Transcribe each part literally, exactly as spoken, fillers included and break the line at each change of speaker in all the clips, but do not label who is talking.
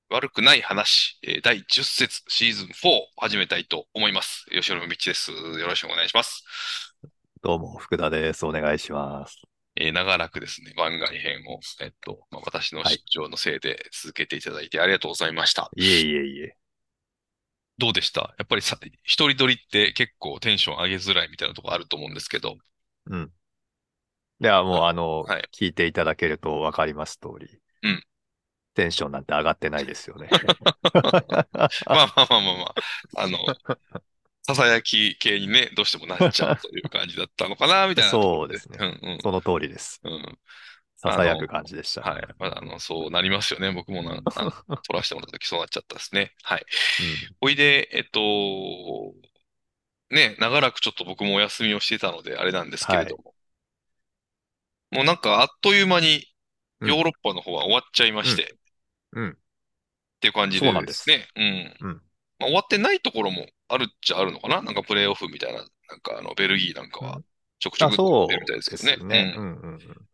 悪くない話、えーだいじゅっ節シーズンフォー始めたいと思います。吉野道です。よろしくお願いします。
どうも、福田です。お願いします。
えー長らくですね、番外編を、えっと、まあ、私の
はい。
出張のせいで続けていただいてありがとうございました。
いえいえいえ。
どうでした？やっぱりさ、一人撮りって結構テンション上げづらいみたいなとこあると思うんですけど。
うん。では、もう、
あ
あの、
はい。
聞いていただけるとわかります通り、
うん。
テンションなんて上がってないですよね。
まあまあまあまあまあ。あの、ささやき系にね、どうしてもなっちゃうという感じだったのかな、みたいなところで。
そうですね。
うん
その通りです。
うん。うん。あの、
ささやく感じでした。
はい。まあ、あの、そうなりますよね。僕もな、あの、撮らせてもらった時そうなっちゃったですね。はい。
うん。
おいで、えっと、ね、長らくちょっと僕もお休みをしてたので、あれなんですけれ
はい。
ども、もうなんかあっという間に
うん。
ヨーロッパの方は終わっちゃいま
うん。
して、
うん。
っていう感じ
そうなんです。
でですね。うん。
うん。
まあ、終わってないところもあるっちゃあるのかな、なんかプレイオフみたいな、なんかあの、ベルギーなんかは、
うん。
ちょくちょ
あ、
くってやってるみたい
そうで
ですけどね。
すね。う
うん。
ん。うん。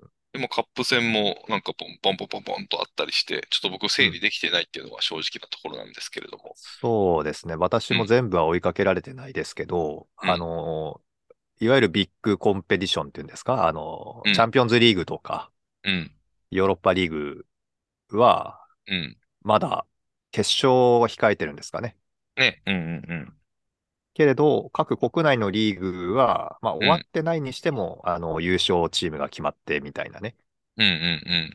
でもカップ戦もなんかポンポンポンポンポンとあったりして、ちょっと僕
うん。うん。
整理できてないっていうのが正直なところなんですけれども。
そうですね。私
うん、
も全部は追いかけられてないですけど、あ
うん、
の、いわゆるビッグコンペティションっていうんですか、あの、
うん、
チャンピオンズリーグとか、
うん、
ヨーロッパリーグは、
うん。
まだ決勝は控えてるんですかね。
ね、うん、うん、
けれど、各国内のリーグは、まあ、
うん、うん、
終わってないにしても、あの、優勝チームが決まってみたいなね、
うん、うん、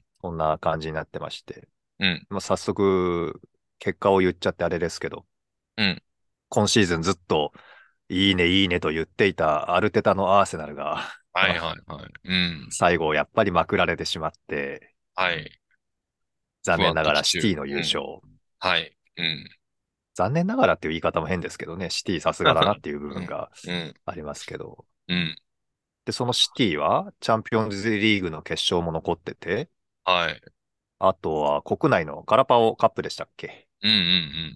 そんな感じになってまして、
うん、
まあ、早速、結果を言っちゃってあれですけど、
うん。
今シーズンずっと、いいね、いいねと言っていたアルテタのアーセナルが
はい、はい、はい。うん。
最後、やっぱりまくられてしまって、
はい。不安
残念ながら
的中。
シティの優
うん。
勝。
はい。うん。
残念ながらっていう言い方も変ですけどね、シティさすがだなっていう部
うん。
分が
うん。
ありますけど。
うん。
で、そのシティはチャンピオンズリーグの決勝も残ってて、
はい。
あとは国内のガラパオカップでしたっけ？
うん、うん、うん。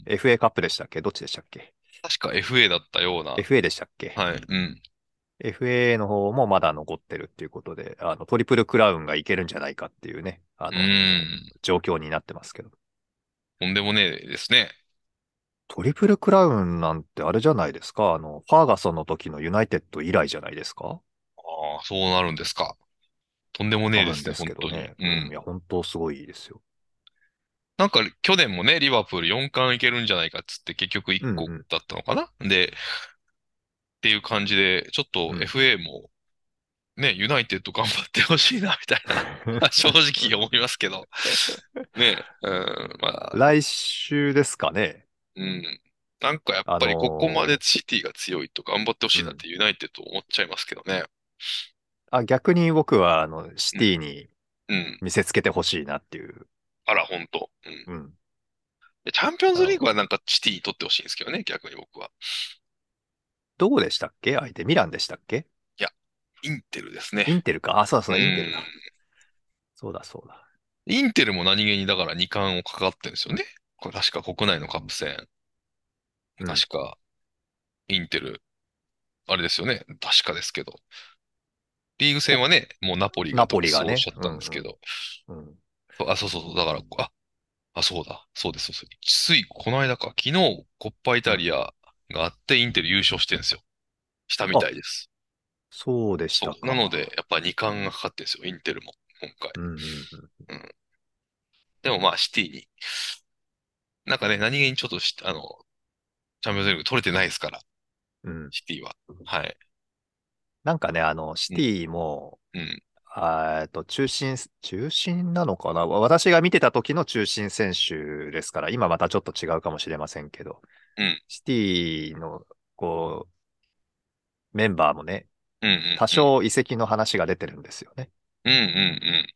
エフエー カップでしたっけ？どっちでしたっけ？
確か エフエー だったような。
エフエー でしたっけ？
はい。うん。
エフエー の方もまだ残ってるっていうことで、あの、トリプルクラウンがいけるんじゃないかっていうね、あ
う
の
ん。
状況になってますけど。
とんでもねえですね。
トリプルクラウンなんてあれじゃないですか？あの、ファーガソンの時のユナイテッド以来じゃないですか？
ああ、そうなるんですか。とんでもねえですね、
多分です
本当に。
けどね。うん、い
うん。
や、本当すごいですよ。
なんか、去年もね、リバプールよん冠いけるんじゃないかっつって結局1個
うん、
だったのかなで、っていう感じで、ちょっと
うん、うん。
エフエー もね、ユナイテッド頑張ってほしいな、みたいな、正直思いますけど。ね、うん、まあ、
来週ですかね。
うん。なんかやっ
あ
ぱりここまで
の
シティが強いと頑張ってほし
ーうん。
いなってユナイテッド思っちゃいますけどね。
あ、逆に僕は、あの、シ
うん。
ティに
うん。
見せつけてほしいなっていう。
あら、本当。うん。
うん。
でチャンピオンズリーグ
あの、
はなんかシティに取ってほしいんですけどね、逆に僕は。
どこでしたっけ？相手、ミランでしたっけ？
いや、インテルですね。
インテルか。あ、そうだ
う
そうだ、インテル
ん。
だ。そうだそうだ。
インテルも何気にだからに冠をかかってるんですよね。これ確か国内のカップ戦。
うん。
確か、インテル、あれですよね。確かですけど。リーグ戦
こ、
はね、もうナポリが
ナ
独
ポリがね。
走しちゃっ
うんうん。
たんですけど。
うん。
そうあ、そうそうそう。だから、あ、あ、そうだ。そうです。そうです。ついこの間か。昨日、コッパイ
うん。
タリアがあって、インテル優勝してるんですよ。したみ
あ、
たいです。
そうでした
そう。なので、
か。
やっぱに冠がかかってるんですよ。インテルも、今回。
うんうんうん。
うん。でもまあ、シティに。なんかね、何気にちょっとし、あの、チャンピオンズリーグ取れてないですから、
うん。
シティは。はい。
なんかね、あの、シテ
うん。
ィも、
うん。
あーえっと、中心、中心なのかな？私が見てた時の中心選手ですから、今またちょっと違うかもしれませんけど、
うん。
シティの、こう、メンバーもね、
うん。うん。
多
うん。
少移籍の話が出てるんですよね。
うん。うん。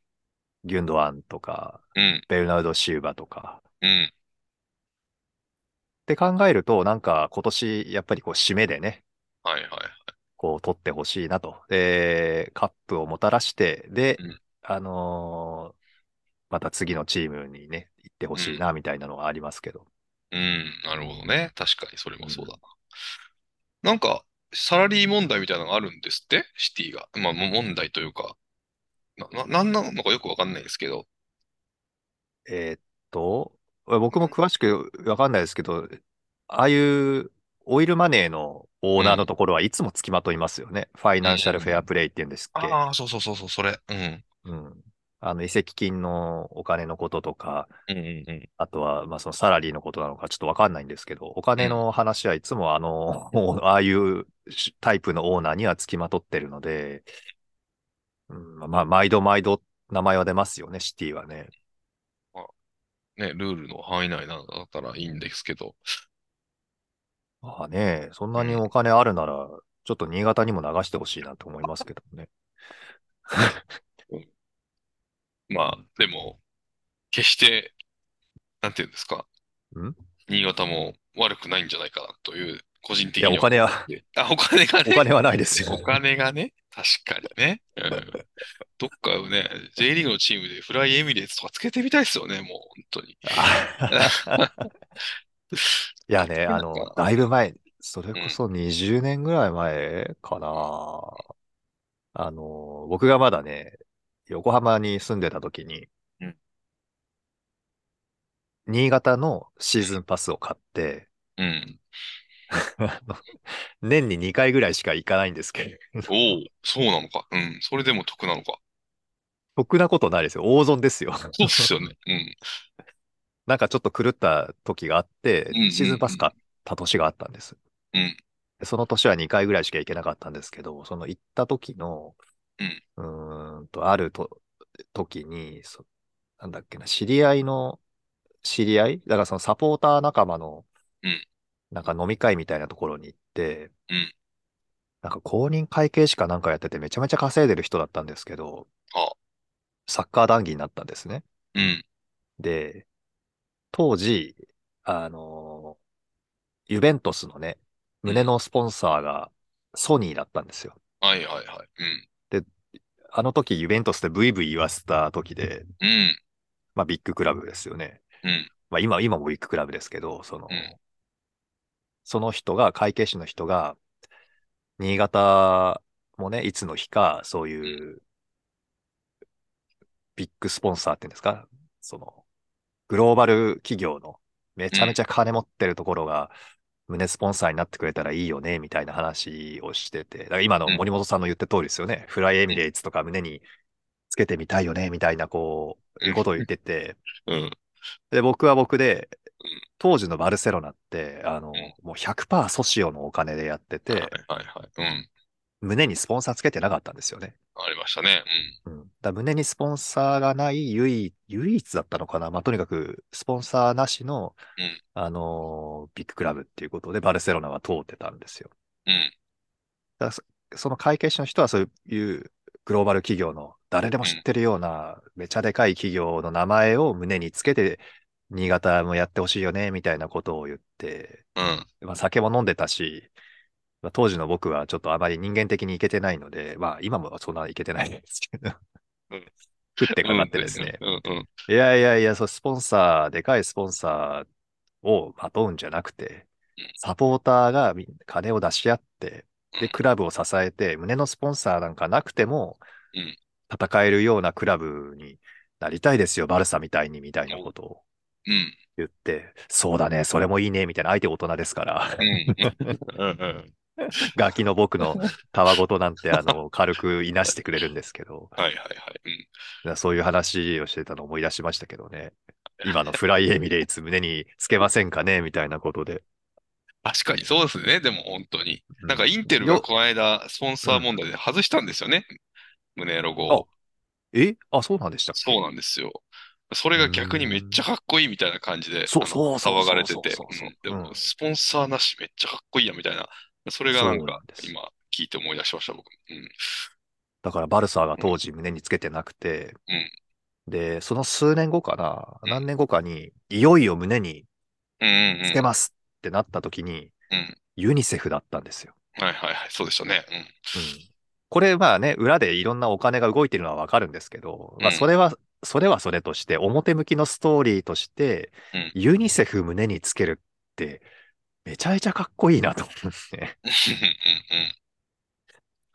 ギュンドアンとか、
うん。
ベルナルド・シウバとか。
うん。
って考えると、なんか今年、やっぱりこう、締めでね、
はいはい。
こう、取ってほしいなと。で、カップをもたらして、で、
うん。
あのーまた次のチームにね、行ってほ
うん。
しいな、みたいなのがありますけど。
うん。なるほどね。確かにそれ
うん。
もそうだな。なんか、サラリー問題みたいなのがあるんですってシティが。まあ、も問題というか、な、な、なんなのかよくわかんないですけど。
えーっと、 僕も詳しくわかんないですけど、ああいうオイルマネーのオーナーの
うん。
ところはいつもつきまといますよね。ファイ
うんう
ナンシャルフェア
ん。
プレイって言うんですっけ。
ああ、そうそうそうそう、それ。うん。
うん。あの、移籍金のお金のこととか、
うんうんうん。
あとは、まあ、そのサラリーのことなのかちょっとわかんないんですけど、お
うん。
金の話はいつもあの、もうああいうタイプのオーナーにはつきまとってるので、うん、まあ、毎度毎度名前は出ますよね、シティはね。
まあ、ね、ルールの範囲内なんだったらいいんですけど。
まあね、そん
うん。
なにお金あるなら、ちょっと新潟にも流してほしいなと思いますけどね。
うん、まあ、でも、決して、なんていうんですか。
んい
新潟も悪くないんじゃないかなという、個人的
や、お
には思
金は、
って。あ、お金がね。
お金はないですよ。
お金がね。確かにね。うん。どっかをね、J リーグのチームでフライエミレーツとかつけてみたいですよね、もう、本当に。
あいやね、
間違い
あの、
なくか
だいぶ前、それ
な。うん。
こそにじゅうねんぐらい前かな。あの、僕がまだね、横浜に住んでた時に、
うん。
新潟のシーズンパスを買って、
うん。
あの年ににかいぐらいしか行かないんですけ
お
ど、
お、そうなのか。うん。それでも得なのか。
得なことないですよ。大損ですよ。
そうっすよね。うん。
なんかちょっと狂った時があって、
うんう
シーズンパス買っ
ん
た年があったんです。
うん。うん。
でその年はにかいぐらいしか行けなかったんですけど、その行った時の、
うん。
うーんと、あると時に、そなんだっけな、知り合いの知り合いだからそのサポーター仲間の
うん。
なんか飲み会みたいなところに行って、
うん。
なんか公認会計士かなんかやっててめちゃめちゃ稼いでる人だったんですけど、
あ、
サッカー談義になったんですね。
うん。
で、当時、あのユベントスのね、
うん。
胸のスポンサーがソニーだったんですよ。
はいはいはい。うん。
で、あの時ユベントスでブイブイ言わせた時で、
うん。
まあビッグクラブですよね。
うん。
まあ今、今もビッグクラブですけど、そ
うん。
の、その人が、会計士の人が、新潟もね、いつの日か、そう
うん。
いうビッグスポンサーっていうんですか、その、グローバル企業のめちゃめ
うん。
ちゃ金持ってるところが、胸スポンサーになってくれたらいいよね、みたいな話をしてて、だから今の
うん。
森本さんの言った通りですよね。フライエミレーツとか胸につけてみたいよね、みたいな、こう、いうことを言ってて、
うん。
で、僕は僕で、当時のバルセロナって、あ
うん。
の、もうひゃくパーセントソシオのお金でやってて、
はいはいはい。うん。
胸にスポンサーつけてなかったんですよね。
ありましたね。
うん。だから胸にスポンサーがない唯一、唯一だったのかな。まあ、とにかく、スポンサーなしの、
うん。
あのービッグクラブっていうことで、バルセロナは通ってたんですよ。
うん。
だからそ、その会計士の人はそういうグローバル企業の誰でも
うん。
知ってるようなめちゃでかい企業の名前を胸につけて、新潟もやってほしいよね、みたいなことを言って、
うん。
まあ、酒も飲んでたし、まあ、当時の僕はちょっとあまり人間的にいけてないので、まあ今もそんないけてないんですけど、
うん。
食ってかかっ
うん。で、
てですね。
うん。うん。
いやいやいや、そう、スポンサー、でかいスポンサーを雇うんじゃなくて、サポーターがみんな金を出し合って、で、クラブを支えて、胸のスポンサーなんかなくても
うん。うん。
戦えるようなクラブになりたいですよ、バルサみたいに、みたいな
お、
ことを
うん。
言って、そうだね、それもいいね、みたいな、相手大人ですから、
うん。うん。うん。
ガキの僕のたわごとなんて、あの、軽くいなしてくれるんですけど、
はいはいはい。うん。
そういう話をしてたのを思い出しましたけどね。今のフライエミレーツ胸につけませんかねみたいなことで。
確かにそうですね。でも本当に。
うん。
なんかインテルが
よ、
この間、スポンサー
うん。
問題で外したんですよね。胸ロゴ
あ、
を。
えあ、そうなんでしたっけ？
そうなんですよ。それ
うー
が逆にめっちゃ
ん。
かっこいいみたいな感じで、
そう
あの、
そうそう
騒が
そうそう
れてて、
そうそ
うん。で
う。う
も、
ん。
スポンサーなしめっちゃかっこいいやみたいな。それがなん
そうな
か、
んです。
今、聞いて思い出しました、僕。うん。
だからバルサーが
うん。
当時胸につけてなくて、
うん。
で、その数年後かな、
うん。
何年後かに、いよいよ胸に
うん。うん。
つけますってなった時に、
うん。
ユニセフだったんですよ。
はいはいはい。そうでしたね。
うん。これまあね、裏でいろんなお金が動いてるのはわかるんですけど、
うん。
まあ
うん。
それは、それはそれとして、表向きのストーリーとして、
うん。
ユニセフ胸につけるって、めちゃめちゃかっこいいなと思うんですね。
うん。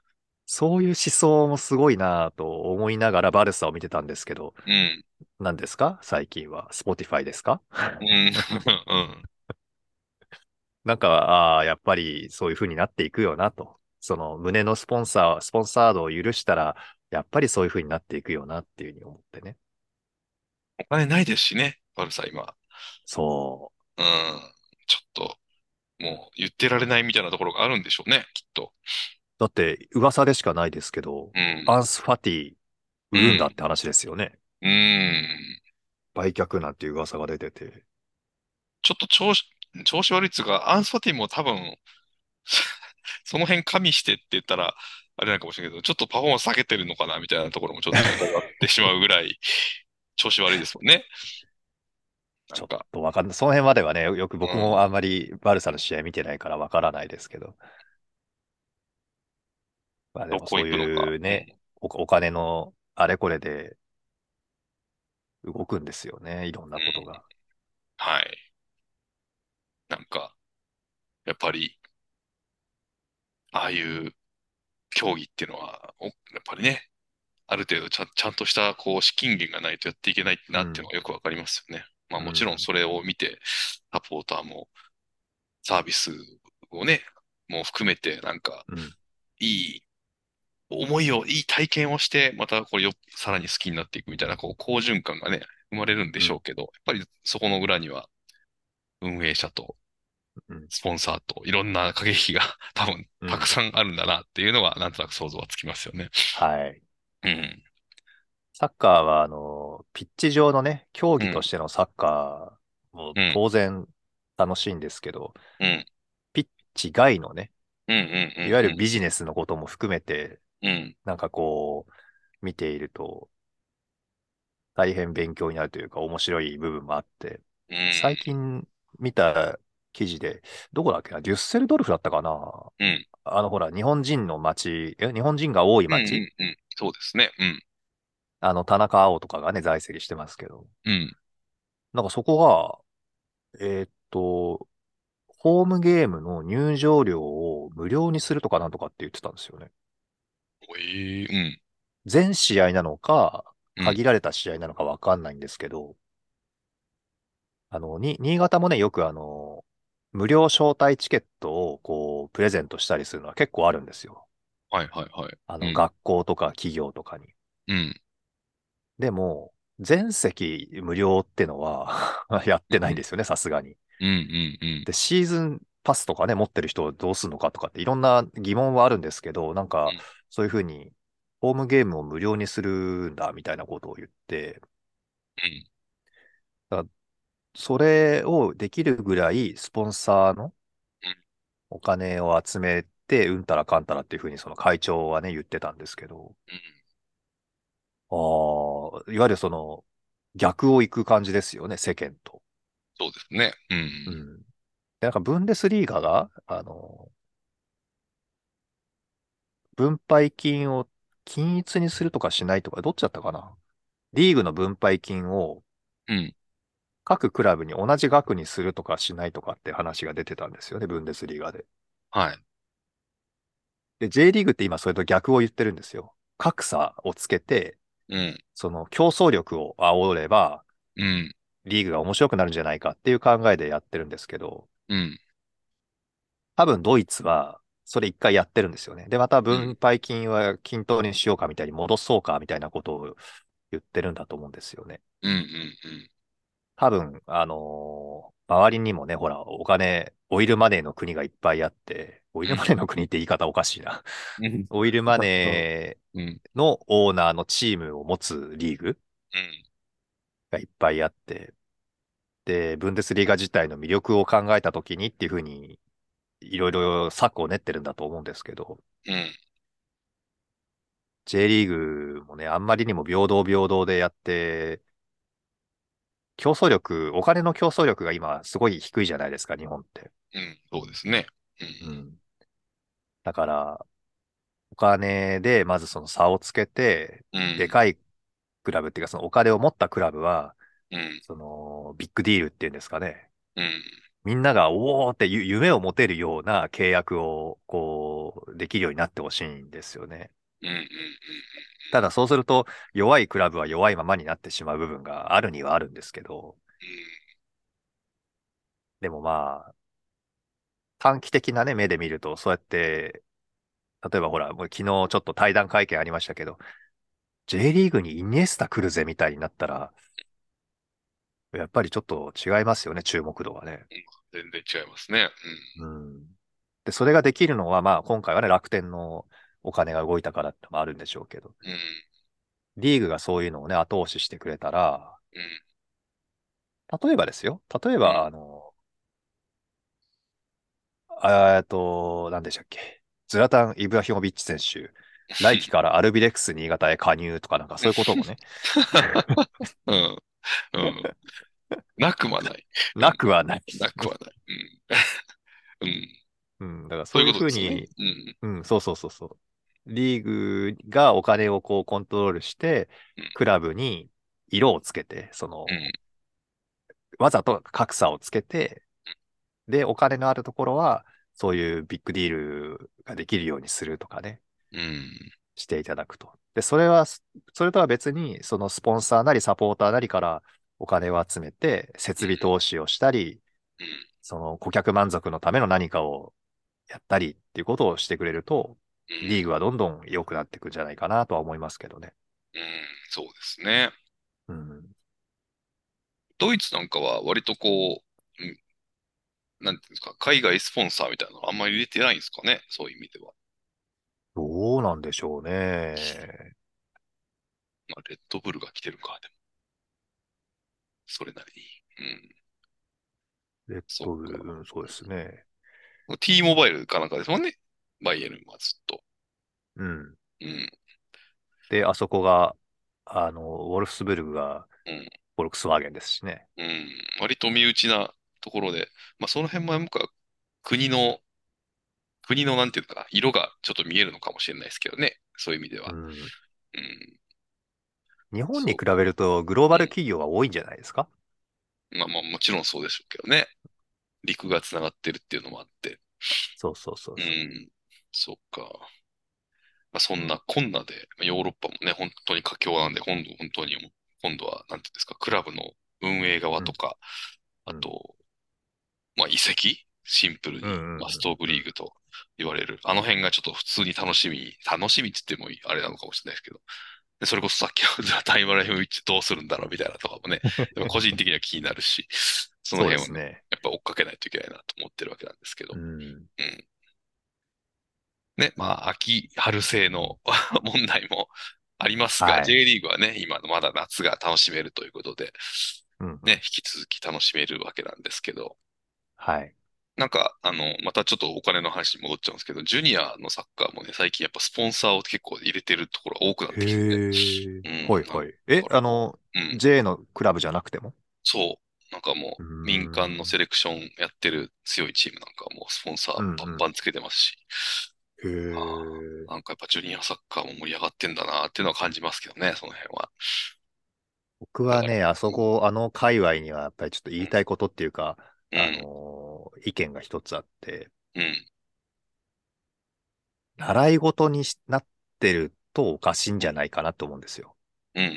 そういう思想もすごいなぁと思いながらバルサを見てたんですけど、
うん。
何ですか最近は？Spotify ですか？
うん。うん。
なんか、ああ、やっぱりそういう風になっていくよなと。その胸のスポンサー、スポンサードを許したら、やっぱりそういう風になっていくよなっていう風に思ってね。
お金ないですしね、バルサ今。
そう。
うん。ちょっと、もう言ってられないみたいなところがあるんでしょうね、きっと。
だって噂でしかないですけど、
うん。
アンスファティ売るんだ
うん。
って話ですよね。
うん。
売却なんていう噂が出てて。
ちょっと調子、調子悪いっつうか、アンスファティも多分、その辺加味してって言ったら、あれなのかもしれないけど、ちょっとパフォーマンス下げてるのかなみたいなところもちょっと疑ってしまうぐらい調子悪いですもんね。な
ちょっ
んか、
とわかんない。その辺まではね、よく
うん、
僕もあんまりバルサの試合見てないからわからないですけど。まあで
どこ
もそう
行くのか。
いうね、
うん、
お、お金のあれこれで動くんですよね。いろん
うん、
なことが。
はい。なんか、やっぱり、ああいう競技っていうのは、おやっぱりね、ある程度ちゃん、ちゃんとした、こう、資金源がないとやっていけないなっていうの
うん。
がよくわかりますよね。まあもちろん
うん。
それを見て、サポーターもサービスをね、もう含めて、なんか、
うん。
いい思いを、いい体験をして、またこれよ、さらに好きになっていくみたいな、こう、好循環がね、生まれるんで
うん。
しょうけど、やっぱりそこの裏には、運営者と、
うん。
スポンサーと、いろんな駆け引きが多分、
うん。
たくさんあるんだなっていうのが、なんとなく想像はつきますよね。
はい。
うん、
サッカーは、あの、ピッチ上のね、競技と
うん、
してのサッカーも
うん、
当然楽しいんですけど、
うん、
ピッチ外のね、
うん、うん、
いわゆ
うん、
るビジネスのことも含めて、
うん、
なんかこう、見ていると大変勉強になるというか面白い部分もあって、
うん、
最近見た記事で、どこだっけな、デュッセルドルフだったかな。
うん、
あのほら、日本人の街、え、日本人が多い
うん、う
街、
ん、うん、そうですね。うん、
あの、田中碧とかがね、在籍してますけど、
うん。
なんかそこが、えーっと、ホームゲームの入場料を無料にするとかなんとかって言ってたんですよね。
ええ、うん、
全試合なのか、
うん、
限られた試合なのかわかんないんですけど、あの、に、新潟もね、よくあの、無料招待チケットをこう、プレゼントしたりするのは結構あるんですよ。
はい、はい、はい。
あの、
うん、
学校とか企業とかに。
うん、
でも、全席無料ってのはやってないんですよね、さすがに。
うん、うん、うん、
で、シーズンパスとかね、持ってる人どうするのかとかっていろんな疑問はあるんですけど、なんか、
うん、
そういうふうに、ホームゲームを無料にするんだ、みたいなことを言って、
うん、
だからそれをできるぐらい、スポンサーの
うん、
お金を集めて、うんたらかんたらっていうふうにその会長はね、言ってたんですけど、
うん、
ああ、いわゆるその逆を行く感じですよね、世間と。
そうですね。うん、
うん。で、なんかブンデスリーガが、あの、分配金を均一にするとかしないとか、どっちだったかな。リーグの分配金を
うん、
各クラブに同じ額にするとかしないとかって話が出てたんですよね、ブンデスリーガで。
はい。
で、J リーグって今それと逆を言ってるんですよ。格差をつけて、
うん、
その競争力を煽れば、
うん、
リーグが面白くなるんじゃないかっていう考えでやってるんですけど、
うん、
多分ドイツはそれ一回やってるんですよね。で、また
うん、
分配金は均等にしようかみたいに戻そうかみたいなことを言ってるんだと思うんですよね。
うん、うん、
多分、あのー周りにもね、ほら、お金、オイルマネーの国がいっぱいあって、オイルマネーの国って言い方おかしいな。
うん、
オイルマネ
うん、
ーのオーナーのチームを持つリーグ
うん、
がいっぱいあって、で、ブンデスリーガ自体の魅力を考えたときにっていうふうにいろいろ策を練ってるんだと思うんですけど、
うん、
J リーグもね、あんまりにも平等平等でやって、競争力、お金の競争力が今すごい低いじゃないですか、日本って。
うん、そうですね。うん、
うん。だから、お金でまずその差をつけて、
うん、
でかいクラブっていうか、そのお金を持ったクラブは、
うん、
そのビッグディールっていうんですかね。
うん、
みんながおーってゆ夢を持てるような契約をここう、できるようになってほしいんですよね。
うん、うん、うん、
ただそうすると、弱いクラブは弱いままになってしまう部分があるにはあるんですけど、でもまあ、短期的なね、目で見ると、そうやって、例えばほら、もう昨日ちょっと対談会見ありましたけど、J リーグにイニエスタ来るぜみたいになったら、やっぱりちょっと違いますよね、注目度がね。
うん。全然違いますね。
うん。で、それができるのは、まあ今回はね、楽天のお金が動いたからってのもあるんでしょうけど、
うん、うん、
リーグがそういうのをね、後押ししてくれたら、
うん、
例えばですよ、例え
うん。
ば、あの、えっと、何でしたっけ。ズラタン・イブラヒモビッチ選手、来季からアルビレックス新潟へ加入とかなんかそういうこともね、
うん、うん。なくはない。う
な
ん。
くはない。
なくはない。うん。うん。
うん、だから
そういう
そういう
ことですよね。
ふうに、
うん。
うん、そうそうそうそう。リーグがお金をこうコントロールして、
うん。
クラブに色をつけて、そ
うん。
の、わざと格差をつけて、で、お金のあるところは、そういうビッグディールができるようにするとかね、
うん。
していただくと。で、それは、それとは別に、そのスポンサーなりサポーターなりからお金を集めて、設備投資をしたり、
うん。
その顧客満足のための何かをやったりっていうことをしてくれると、
うん。
リーグはどんどん良くなっていくんじゃないかなとは思いますけどね。
うん。そうですね。
うん。
ドイツなんかは割とこう、うん、なんていうんですか、海外スポンサーみたいなのあんまり入れてないんですかね。そういう意味では。
どうなんでしょうね。
まあ、レッドブルが来てるか、でも。それなりに。うん。
レッ
そっか。
ドブル、うん、そうですね。
T モバイルかなんかですもんね。バイエルンはずっと。
うん。
うん。
で、あそこが、あの、ウォルフスブルグが
うん。
フォルクスワーゲンですしね。
うん。割と身内なところで、まあその辺も僕は国の、国のなんていうか、色がちょっと見えるのかもしれないですけどね。そういう意味では。
うん。
うん。
日本に
そう。
比べるとグローバル
うん。
企業が多いんじゃないですか？
まあまあもちろんそうでしょうけどね。陸がつながってるっていうのもあって。
そうそうそうそ
うん。そっか。まあ、そんなこんなで、ヨーロッパもね、本当に佳境なんで、今度、本当に、今度は、なんていうんですか、クラブの運営側
う。うん。
とか、
うん。
あと、まあ、移籍シンプル
うんう
に、まあ、ス
ん
トーブ
うんうん。
リーグと言われる。あの辺がちょっと普通に楽しみ、楽しみって言ってもあれなのかもしれないですけど、でそれこそさっきのザタイムライフウィッチどうするんだろうみたいなとかもね、やっぱ個人的には気になるし、その
そうで
辺をね、
すね。
やっぱ追っかけないといけないなと思ってるわけなんですけど、
うん。
うん。ね、まあ、秋、春製の問題もありますが、
はい。
J リーグはね、今のまだ夏が楽しめるということで、ね、
うんうん。
引き続き楽しめるわけなんですけど、
はい。
なんか、あの、またちょっとお金の話に戻っちゃうんですけど、ジュニアのサッカーもね、最近やっぱスポンサーを結構入れてるところが多くなってきてて、
へえ。
うん、なん
はいはい。え、
かね、
あの、
うん、
J のクラブじゃなくても？
そう、なんかも
うー
う民間の
ん。
セレクションやってる強いチームなんかはもうスポンサー
うん
バン
うん。
バンつけてますし、
へ
あ
え。
あ、なんかやっぱジュニアサッカーも盛り上がってんだなっていうのは感じますけどね、その辺は。だから、
僕はね、あそこ、あの界隈にはやっぱりちょっと言いたいことっていうか、あ
うん、
のー意見が一つあって、
うん、
習い事にしなってるとおかしいん
うん、
じゃないかなと思うんですよ。
うん、うん、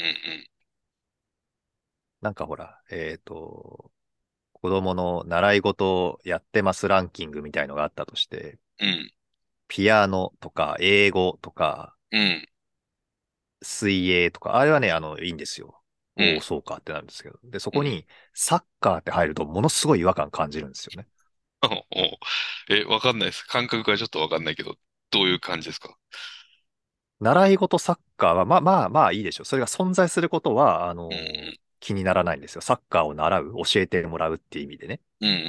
なんかほら、えっと、子供の習い事やってますランキングみたいのがあったとして、
うん、
ピアノとか英語とか
うん、
水泳とか、あれはね、あの、いいんですよ。
うん、
おお、そうかってなるんですけど。で、そ
うん。
こにサッカーって入るとものすごい違和感感じるんですよね。
おおえ、わかんないです。感覚がちょっとわかんないけど、どういう感じですか？
習い事サッカーは、まあまあまあいいでしょう。それが存在することは、あ
うん、
の気にならないんですよ。サッカーを習う、教えてもらうっていう意味でね。
うん、うん、うん、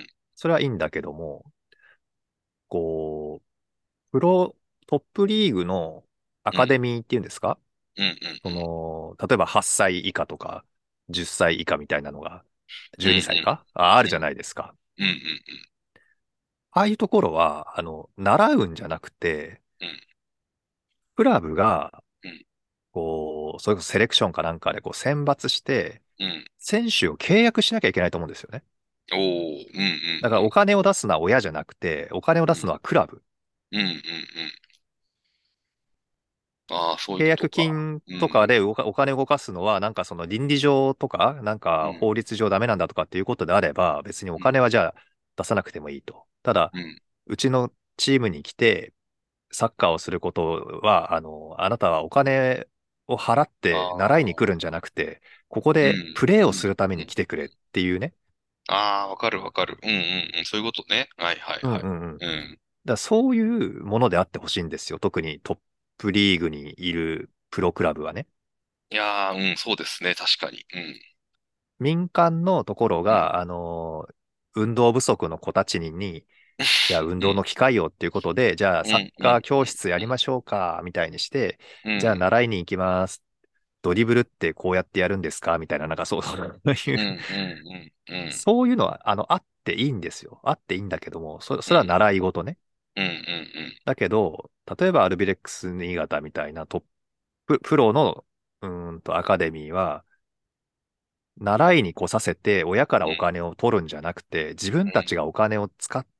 それはいいんだけども、こう、プロ、トップリーグのア
うん、
カデミーっていうんですか？
うん、うん、うん、
その、例えばはっさい以下とかじゅっさい以下みたいなのが、
うん、う
12
ん、
歳かあ、あるじゃな
うん、
いですか。
うん、うん、
ああいうところは、あの、習うんじゃなくて、
うん、
クラブが、
うん、
こう、それこそセレクションかなんかでこう選抜して、
うん。
選手を契約しなきゃいけないと思うんですよね。
おー、うん、うん、
だからお金を出すのは親じゃなくて、お金を出すのはクラブ。
うんうんうん。ああ、そういう
契約
ことか。
金とか
うん、
でおかお金を動かすのは、なんかその倫理上とか、なん
うん、
か法律上ダメなんだとかっていうことであれば、別にお金はじゃあ出さなくてもいいと。ただ、
うん。
うちのチームに来て、サッカーをすることは、あの、あなたはお金を払っ
あ
て習いに来るんじゃ
あ、
なくて、ここ
うん、
でプレー
うん、
をするため
うん。
に来てくれっていうね。
ああ、わかるわかる。うんうんうん。そういうことね。はいはい
うん
はい。
うんうん。だか
うん。
らそういうものであってほしいんですよ。特にトップリーグにいるプロクラブはね。
いやー、うん、そうですね。確かに。うん、
民間のところ
うん、
が、あの、運動不足の子たちに、にじゃあ運
うん、
動の機会をっていうことで、じゃあ
うん、
サッ
うん、
カー教室やりましょうか、みたいにして、
うん、う
じゃあ
ん、
習いに行きます。ドリブルってこうやってやるんですかみたいな、なんかそういう、
うん、うん、うん、
そういうのは、あの、あっていいんですよ。あっていいんだけども、そ、それは
うん、
習い事ね。
うん、うん、
だけど、例えばアルビレックス新潟みたいなトップ、プロの、うーんと、アカデミーは、習いに来させて親からお金を取るんじゃなくて、自分たちがお金を使って、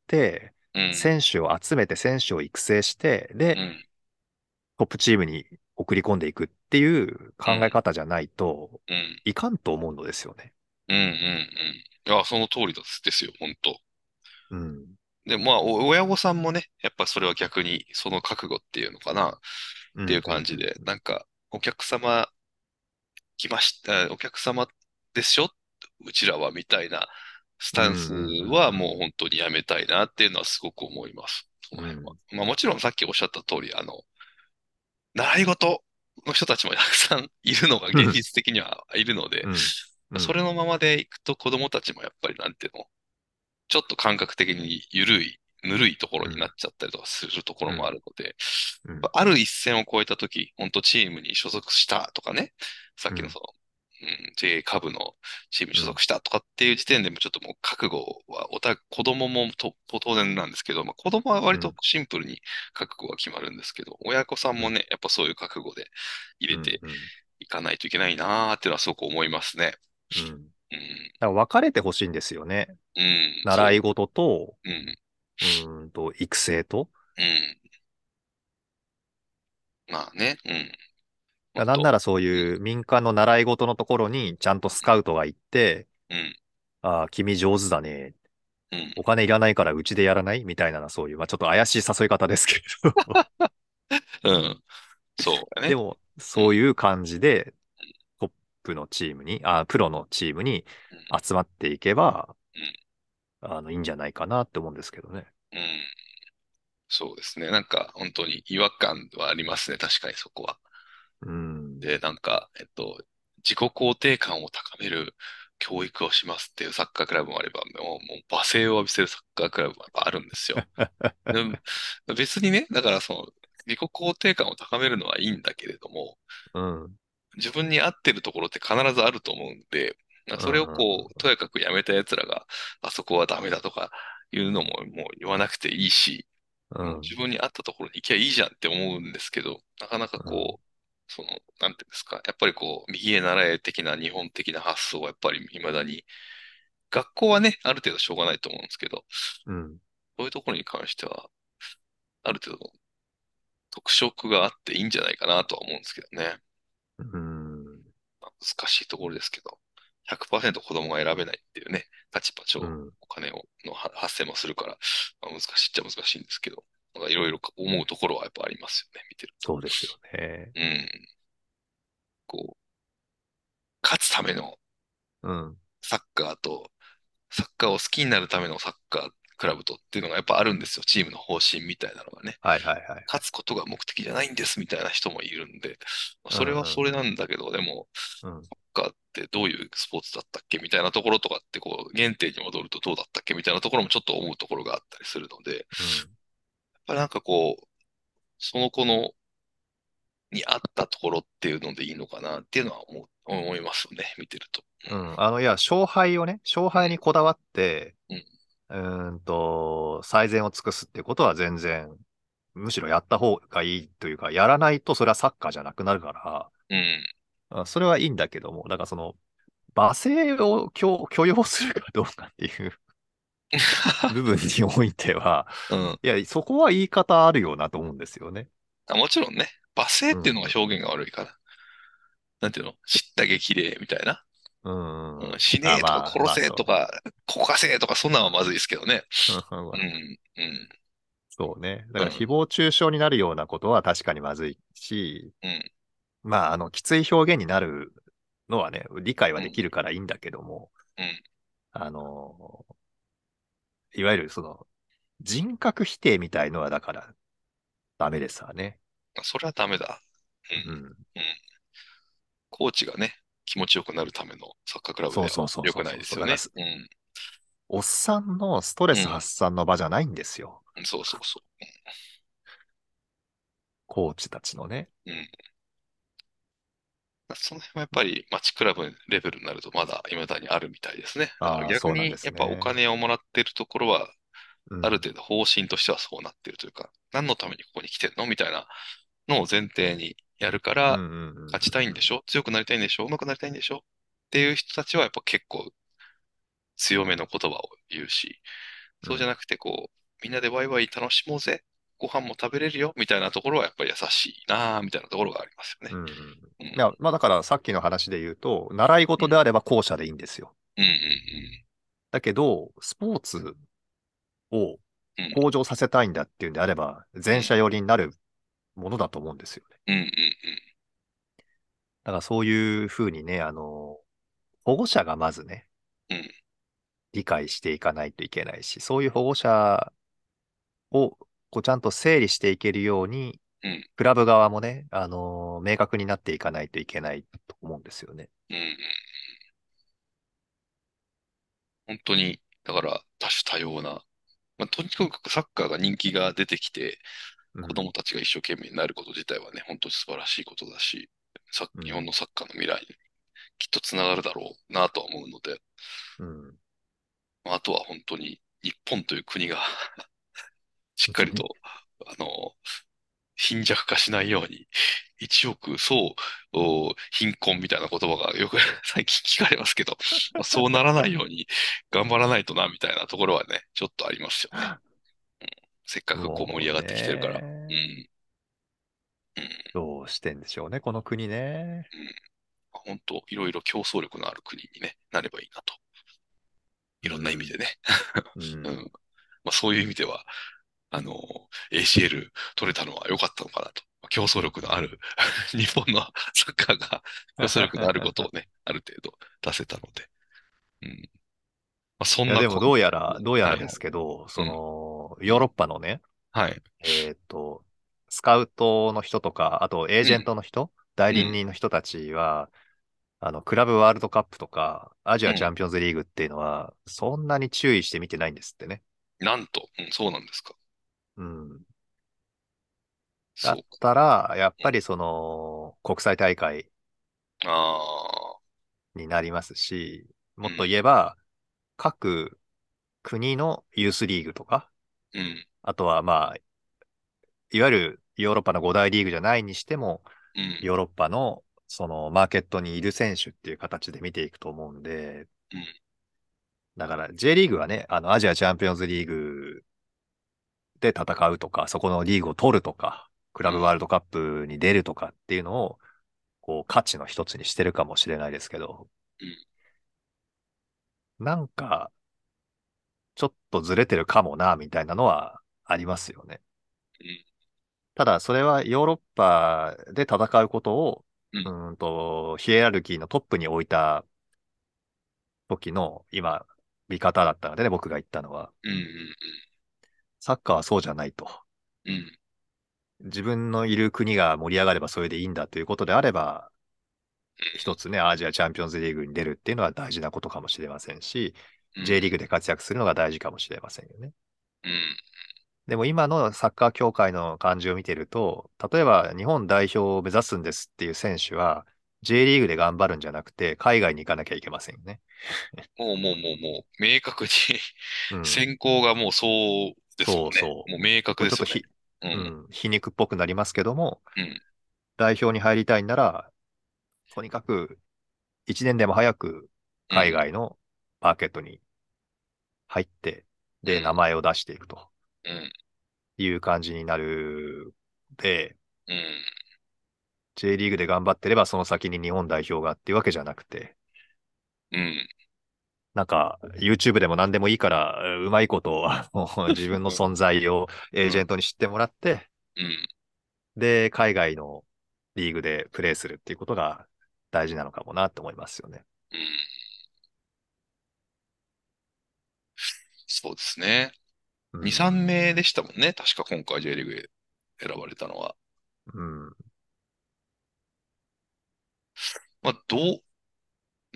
うん、うん、
選手を集めて選手を育成して、で、
うん、
トップチームに送り込んでいくっていう考え
うん、
方じゃないと
うん、
いかんと思うのですよね。
うん、うん。いや、その通りですですよ、本当。
うん。
で、まあ、お親御さんもね、やっぱそれは逆に、その覚悟っていうのかな、っていう
うん、うん、
感じで、
うん、
なんか、お客様来ました、お客様でしょうちらはみたいなス
うん。う
タンス
ん、うん、
は
うん、
もう本当にやめたいなっていうのはすごく思います。その辺は。
うん。
まあもちろんさっきおっしゃった通り、あの、習い事の人たちもたくさんいるのが現
うん、
実的にはいるので、
うん、うん、
それのままでいくと子供たちもやっぱりなんていうの、ちょっと感覚的に緩い、ぬるいところになっ
うん、
ちゃったりとかするところもあ
うん、
るので、
うん、
ある一線を越えたとき、本当チームに所属したとかね、さっ
うん、
きのその、うん、ジェイ 下部のチームに
うん、
所属したとかっていう時点でもちょっともう覚悟はおた、子供もと当然なんですけど、まあ、子供は割と
うん、
シンプルに覚悟が決まるんですけど、親御さん
うん、
もね、やっぱそういう覚悟で入
うん、
れて
うん。
いかないといけないなーっていうのはすごく思いますね。
うん。だか
うん、
ら分かれてほしいんですよね。
うん、そ
習い事と、
う。うん、
うーんと、育成と。
うん。まあね、うん、もっと、
なんならそう
うん、
いう民間の習い事のところにちゃんとスカウトが行って、
うん、
ああ、君上手だね。
うん、
お金いらないからうちでやらないみたいな、そういう、まあちょっと怪しい誘い方ですけれど。
うん、そうだね。
でも、
うん、
そういう感じでトップのチームに、あ、プロのチームに
うん、
集まっていけば、
うん、
あの、いいんじゃないかなって思うんですけどね。
うん。そうですね。なんか、本当に違和感はありますね。確かにそこは。
うん。
で、なんか、えっと、自己肯定感を高める教育をしますっていうサッカークラブもあれば、もう、もう罵声を浴びせるサッカークラブもやっぱあるんですよ。で別にね、だからその、自己肯定感を高めるのはいいんだけれども、
うん。
自分に合ってるところって必ずあると思うんで、それを
うん。
こう、とやかくやめた奴らが、あそこはダメだとかいうのももう言わなくていいし、
うん。
もう自分に合ったところに行きゃいいじゃんって思うんですけど、なかなか
うん。
こう、その、なんていうんですか、やっぱりこう、右へ習え的な日本的な発想はやっぱり未だに、学校はね、ある程度しょうがないと思うんですけど、
うん。
そういうところに関しては、ある程度特色があっていいんじゃないかなとは思うんですけどね。
うん。
まあ難しいところですけど、ひゃくパーセント子供が選べないっていうね、立場上
うん。
お金をのは発生もするから、まあ、難しいっちゃ難しいんですけど、なんかいろいろ思うところはやっぱありますよね、見てると。
そうですよね。
うん。こう、勝つための
うん。
サッカーと、サッカーを好きになるためのサッカークラブとっていうのがやっぱあるんですよ。チームの方針みたいなのがね。
はいはいはいはい。
勝つことが目的じゃないんですみたいな人もいるんで、まあ
う
それはそれ
ん。
なんだけど、でも、
うん。
サッカーってどういうスポーツだったっけみたいなところとかって、こう、原点に戻るとどうだったっけみたいなところもちょっと思うところがあったりするので、やっ
うん。
ぱりなんかこう、その子の、に合ったところっていうのでいいのかなっていうのは思う、思いますよね、見てると。
うん。あの、いや、勝敗をね、勝敗にこだわって、
うん、
うーんと、最善を尽くすってことは全然、むしろやった方がいいというか、やらないとそれはサッカーじゃなくなるか
うん、
ら、あそれはいいんだけども、だからその、罵声を許、許容するかどうかっていう。 部分においては、
うん。
いや、そこは言い方あるよなと思うんですよね。
あ、もちろんね、罵声っていうのは
うん。
表現が悪いから。なんていうの知った激励みたいな。
うん。
うん、死ね
あ、
えとか
まあ、ま
殺
あそ
せとか、こかせとか、そんなんはまずいですけどね。
う。
う
まあ
ん、うん、
そうね。だから誹
うん、
謗中傷になるようなことは確かにまずいし、
うん、
まあ、あの、きつい表現になるのはね、理解はで
うん、
きるからいいんだけども、
うん。
あの、いわゆるその人格否定みたいのはだからダメですわね。
それはダメだ。うん、
うん。
うん。コーチがね、気持ちよくなるためのサッカークラブでは
そうそうそう
良くない
そうそうそう。だから
ですよね。うん、
おっさんのストレ
うん。
ス発散の場じゃないんですよ。
そうそうそ
コーチたちのね。
う。うん。その辺はやっぱり街クラブレベルになるとまだ未だにあるみたいですね。だから
ああ、そうなんで
逆にやっぱお
すね。
金をもらってるところは
うん。
ある程度方針としてはそうなってるというか、何のためにここに来てんのみたいなのを前提にやるか
うんう
ら、
んうん
勝ちたいんでしょ強くなりたいんでしょ上手くなりたいんでしょっていう人たちはやっぱ結構強めの言葉を言うし、
うん。うん。
そうじゃなくてこう、みんなでワイワイ楽しもうぜ。ご飯も食べれるよみたいなところはやっぱり優しいなぁみたいなところがありますよね。
うんうん。
うん。
いや、まあだからさっきの話で言うと、習い
うん。
事であれば後者でいいんですよ。
うんうん
だけど、スポーツを
うん。うん
向上させたいんだっていうんであれば、前者寄りになるものだと思うんですよね。
うんうんうん
だからそういうふうにね、あの、保護者がまずね、
うんうん
理解していかないといけないし、そういう保護者をこうちゃんと整理していけるように、
うん
クラブ側もね、あのー明確になっていかないといけないと思うんですよね。
うんうん。本当に、だから多種多様な、まあ、とにかくサッカーが人気が出てきて、
うん。
子供たちが一生懸命になること自体はね、本当に素晴らしいことだし、さ、日本
うん。
のサッカーの未来にきっとつながるだろうなとは思うので、
うん。
まあ、あとは本当に日本という国がしっかりと、あの、貧弱化しないように、一億総お貧困みたいな言葉がよく最近聞かれますけど、まあ、そうならないように頑張らないとな、みたいなところはね、ちょっとありますよね。せっかくこう盛り
もう
上がってきてるから。う
ね、
ん。うん。
どうしてんでしょうね、この国ね。
うん。本当、いろいろ競争力のある国に、ね、なればいいなと。いろんな意味
うん。
でね。
う
うん。
ん。
まあ、そういう意味では、あの、エーシーエル 取れたのは良かったのかなと。競争力のある日本のサッカーが競争力のあることをね、ある程度出せたので。うん。まあ、そ
いや、
んなこんな。
でもどうやら、どうやらです
はいはい。
けど、そ
うん。
の、
うん。
ヨーロッパのね、
はい。
えっと、スカウトの人とか、あとエージェン
うん。
トの人、代理
うん。
人の人たちは、あの、クラブワールドカップとか、アジ
うん。
アチャンピオンズリーグっていうのは、そんなに注意して見てないんですってね。
なんと、うん、そうなんですか。
うん。だっ
そうか。
たら、やっ
うん。
ぱりその、国際大会
ああ、
になりますし、もっと
うん。
言えば、各国のユースリーグとか、
うん。
あとはまあ、いわゆるヨーロッパの五大リーグじゃないにしても、
うん。
ヨーロッパのそのマーケットにいる選手っていう形で見ていくと思うんで、
うん。
だから J リーグはね、あのアジアチャンピオンズリーグで戦うとか、そこのリーグを取るとか、クラブワールドカップに出るとかっていうのを、こう価値の一つにしてるかもしれないですけど、
うん。
なんかちょっとずれてるかもな、みたいなのはありますよね。
うん。
ただ、それはヨーロッパで戦うことを、
うん。
うーんと、ヒエラルキーのトップに置いた時の今、見方だったのでね、僕が言ったのは。
うん。うん。
サッカーはそうじゃないと。
うん。
自分のいる国が盛り上がればそれでいいんだということであれば、一つね、アジアチャンピオンズリーグに出るっていうのは大事なことかもしれませんし、
うん。
J リーグで活躍するのが大事かもしれませんよね。
うん。
でも今のサッカー協会の感じを見てると、例えば日本代表を目指すんですっていう選手は、J リーグで頑張るんじゃなくて、海外に行かなきゃいけませんよね。
もうもうもうもう、明確に
うん。
先行がもうそうですもんね。
そうそう。
もう明確ですよね。
これちょっとひ、
うん。
うん、皮肉っぽくなりますけども、
うん。
代表に入りたいんなら、とにかく一年でも早く
うん。
海外のマーケットに入って、
うん、
で、名前を出していくと
うん、
いう感じになるで、
うん、
J リーグで頑張ってればその先に日本代表がっていうわけじゃなくて、
うん、
なんか YouTube でも何でもいいから、うまいことあの自分の存在をエージェントに知ってもらって、
うん、
で、海外のリーグでプレーするっていうことが大事なのかもなって思いますよね。
うん。そうですね。に、
うん。
さん名でしたもんね。確か今回 J リーグへ選ばれたのは。
うん。
まあ、どう、うん。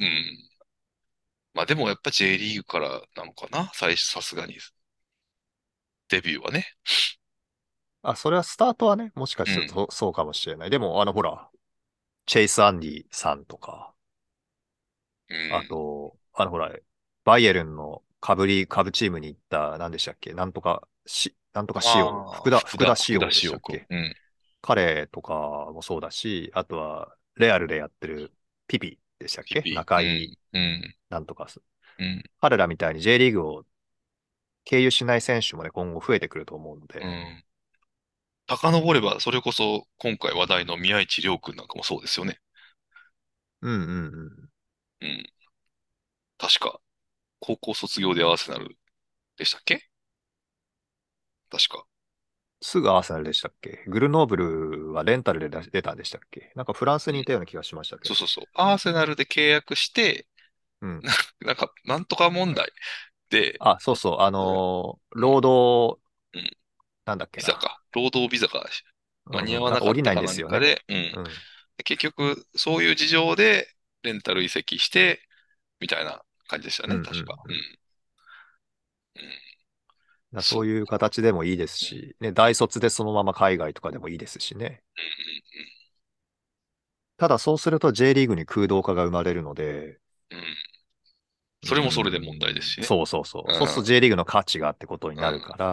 まあでもやっぱ J リーグからなのかな。最初、さすがに。デビューはね。
あ、それはスタートはね、もしか
うん。
するとそうかもしれない。でも、あの、ほら、チェイス・アンディさんとか、あ
うん。
と、あの、ほら、バイエルンの株リ、株チームに行った、何でしたっけなんとか、し、なんとか仕様、
ああ、
福田、
福田、
福田仕
福田
様でし
師王君。
たっけ？
うん。
彼とかもそうだし、あとは、レアルでやってるピピでしたっけ？
ピピ。う
中井
ん。うん。
なんとかす。
うん。
彼らみたいに J リーグを経由しない選手もね、今後増えてくると思うので、
うん。遡れば、それこそ今回話題の宮市亮君なんかもそうですよね。
うんうんうん。
うん。確か、高校卒業でアーセナルでしたっけ？確か。
すぐアーセナルでしたっけ？グルノーブルはレンタルで出出たんでしたっけ？なんかフランスにいたような気がしましたけど。
そうそうそう。アーセナルで契約して、
うん。
な、なんか、なんとか問題で、
あ、そうそう、あ
うん、
のー
うん、
労働、
うん。
なんだっけな。
ビザか。労働ビザが
うんうん。
間に合わな
なんか降りないん
かったかな
ですよね。
んかで、うん。
うん。
で結局、そういう事情で、レンタル移籍して、みたいな感じでしたね、
うんうん
確か。
うん。
うん。うん。
だ
そう。
そういう形でもいいです
うん。
し、ね、大卒でそのまま海外とかでもいいですしね。
うん。
ただそうすると J リーグに空洞化が生まれるので、
うん。うん。
う
それもそれで問題です
ん、
しね。
そうそうそう。
うん。
そうすると J リーグの価値がってことに
うん。
なるから、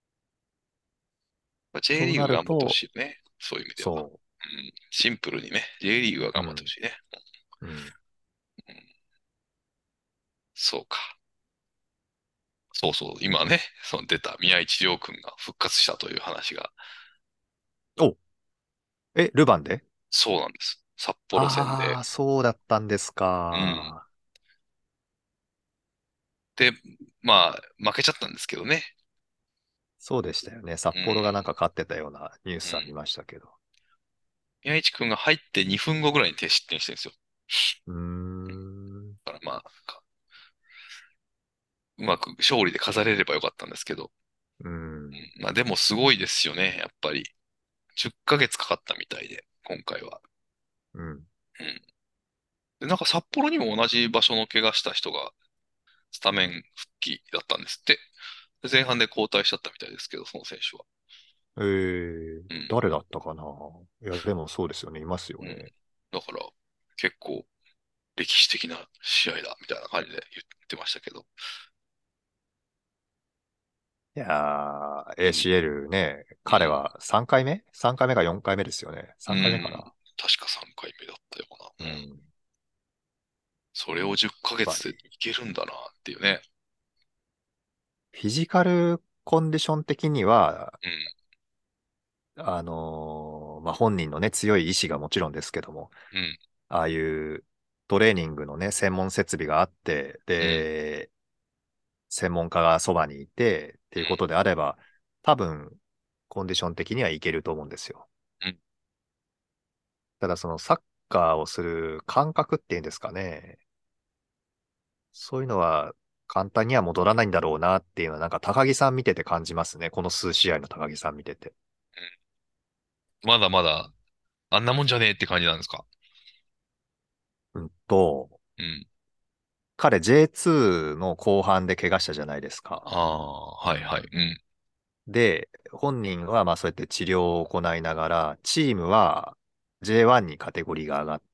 まあ J
そうな
リーグ頑張ってほ
ると、
しいよね。そういう意味では。
そ
うん。シンプルにね、J リーグは
う、
頑
うん、
張ってほしいね。
うん。
うん。そうか。そうそう。今ね、その出た宮市亮君が復活したという話が、
お、え、ルヴァンで？
そうなんです。札幌戦で。
ああー、そうだったんです
うん。
か。
で、まあ、負けちゃったんですけどね。
そうでしたよね。札
うん。
幌がなんか勝ってたようなニュー
うん。
スは見ましたけど。
宮市君が入ってにふんごぐらいに低失点してるんですよ。
うー
うん。
ん、
だからまあ、かうまく勝利で飾れればよかったんですけど。
うん、
うん。まあでもすごいですよね、やっぱり。じゅっかげつかかったみたいで、今回は。
うん。
うん。で、なんか札幌にも同じ場所の怪我した人がスタメン復帰だったんですって。で前半で交代しちゃったみたいですけど、その選手は。
えー、
うん。
誰だったかな。いや、でもそうですよね。いますよ
うん。
ね。
だから、結構歴史的な試合だ、みたいな感じで言ってましたけど。
いやー、
うん。
エーシーエル ね、
うん。
彼はさんかいめ？ さん 回目かよんかいめですよね。
う
さんかいめか
ん。
な。
確かさんかいめだったような。うん。
うん。
それを10ヶ月でい
やっぱり、
けるんだなっていうね。
フィジカルコンディション的には、
うん。
あのーまあ、本人のね、強い意志がもちろんですけども、
うん。
ああいうトレーニングのね、専門設備があって、
うん。
で、専門家がそばにいてっていうことであれば、多分、コンディション的にはいけると思うんですよ。
うん。
ただ、そのサッカーをする感覚っていうんですかね。そういうのは簡単には戻らないんだろうなっていうのは、なんか高木さん見てて感じますね。この数試合の高木さん見てて。
まだまだ、あんなもんじゃねえって感じなんですか？
うんと、
うん。
彼 ジェイツー の後半で怪我したじゃないです
あ
か。
あ、はいはい。うん。
で、本人はまあそうやって治療を行いながら、チームは ジェイワン にカテゴリーが上がって、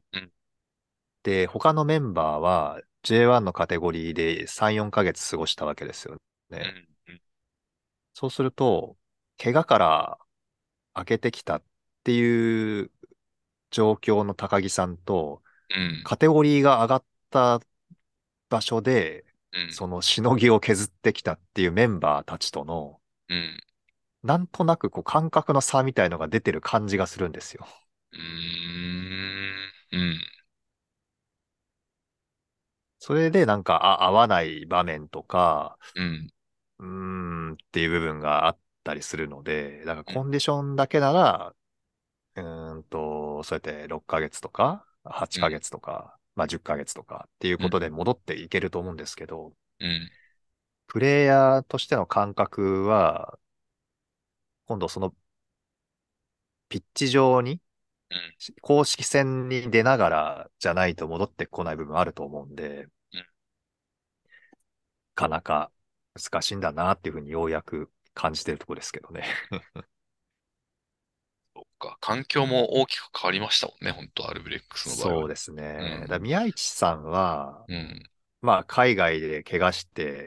うん。
で、他のメンバーは ジェイワン のカテゴリーでさん、よんかげつ過ごしたわけですよね。
うん。うん。
そうすると、怪我から明けてきたっていう状況の高木さんと、
うん。
カテゴリーが上がった場所で
うん、
そのしのぎを削ってきたっていうメンバーたちとの、
うん、
なんとなくこう感覚の差みたいのが出てる感じがするんですよ。
うーん、うん、
それでなんか、あ、合わない場面とか、
うん、
うーんっていう部分があったりするので、だから
うん、
コンディションだけなら、うーんと、そうやってろっかげつとか、8
うん、
ヶ月とか、まあじゅっかげつとかっていう
うん、
ことで戻っていけると思うんですけど、
うん、
プレイヤーとしての感覚は、今度そのピッチ上に、公式戦に出ながらじゃないと戻ってこない部分あると思うんで、
うん。
なかなか難しいんだなっていうふうにようやく感じてるところですけどね。
そっか。環境も大きく変わりましたもんね、本当アルビレックスの場合は。
そうですね。だから
うん、
宮市さんは、
うん、
まあ海外で怪我して、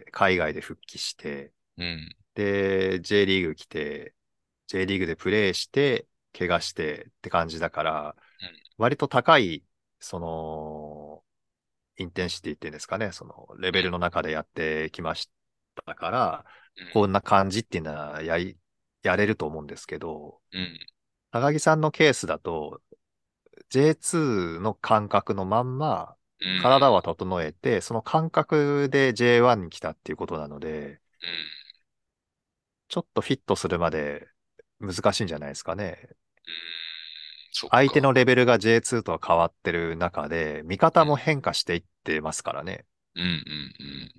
海外で復帰して、
うん、
で、J リーグ来て、J リーグでプレーして、怪我してって感じだから、
うん、
割と高い、その、インテンシティっていうんですかね、そのレ
うん、
ベルの中でやってきましたから、
うん、
こんな感じっていうのはやり、やれると思うんですけど、
うん、
高木さんのケースだと、ジェイツー の感覚のまんま、
うん、
体は整えて、その感覚で ジェイワン に来たっていうことなので、
うん。
ちょっとフィットするまで難しいんじゃないですかね。
そっ
相手の
か。
レベルが ジェイツー とは変わってる中で、見方も変化していってますからね。
うん、うん、うん、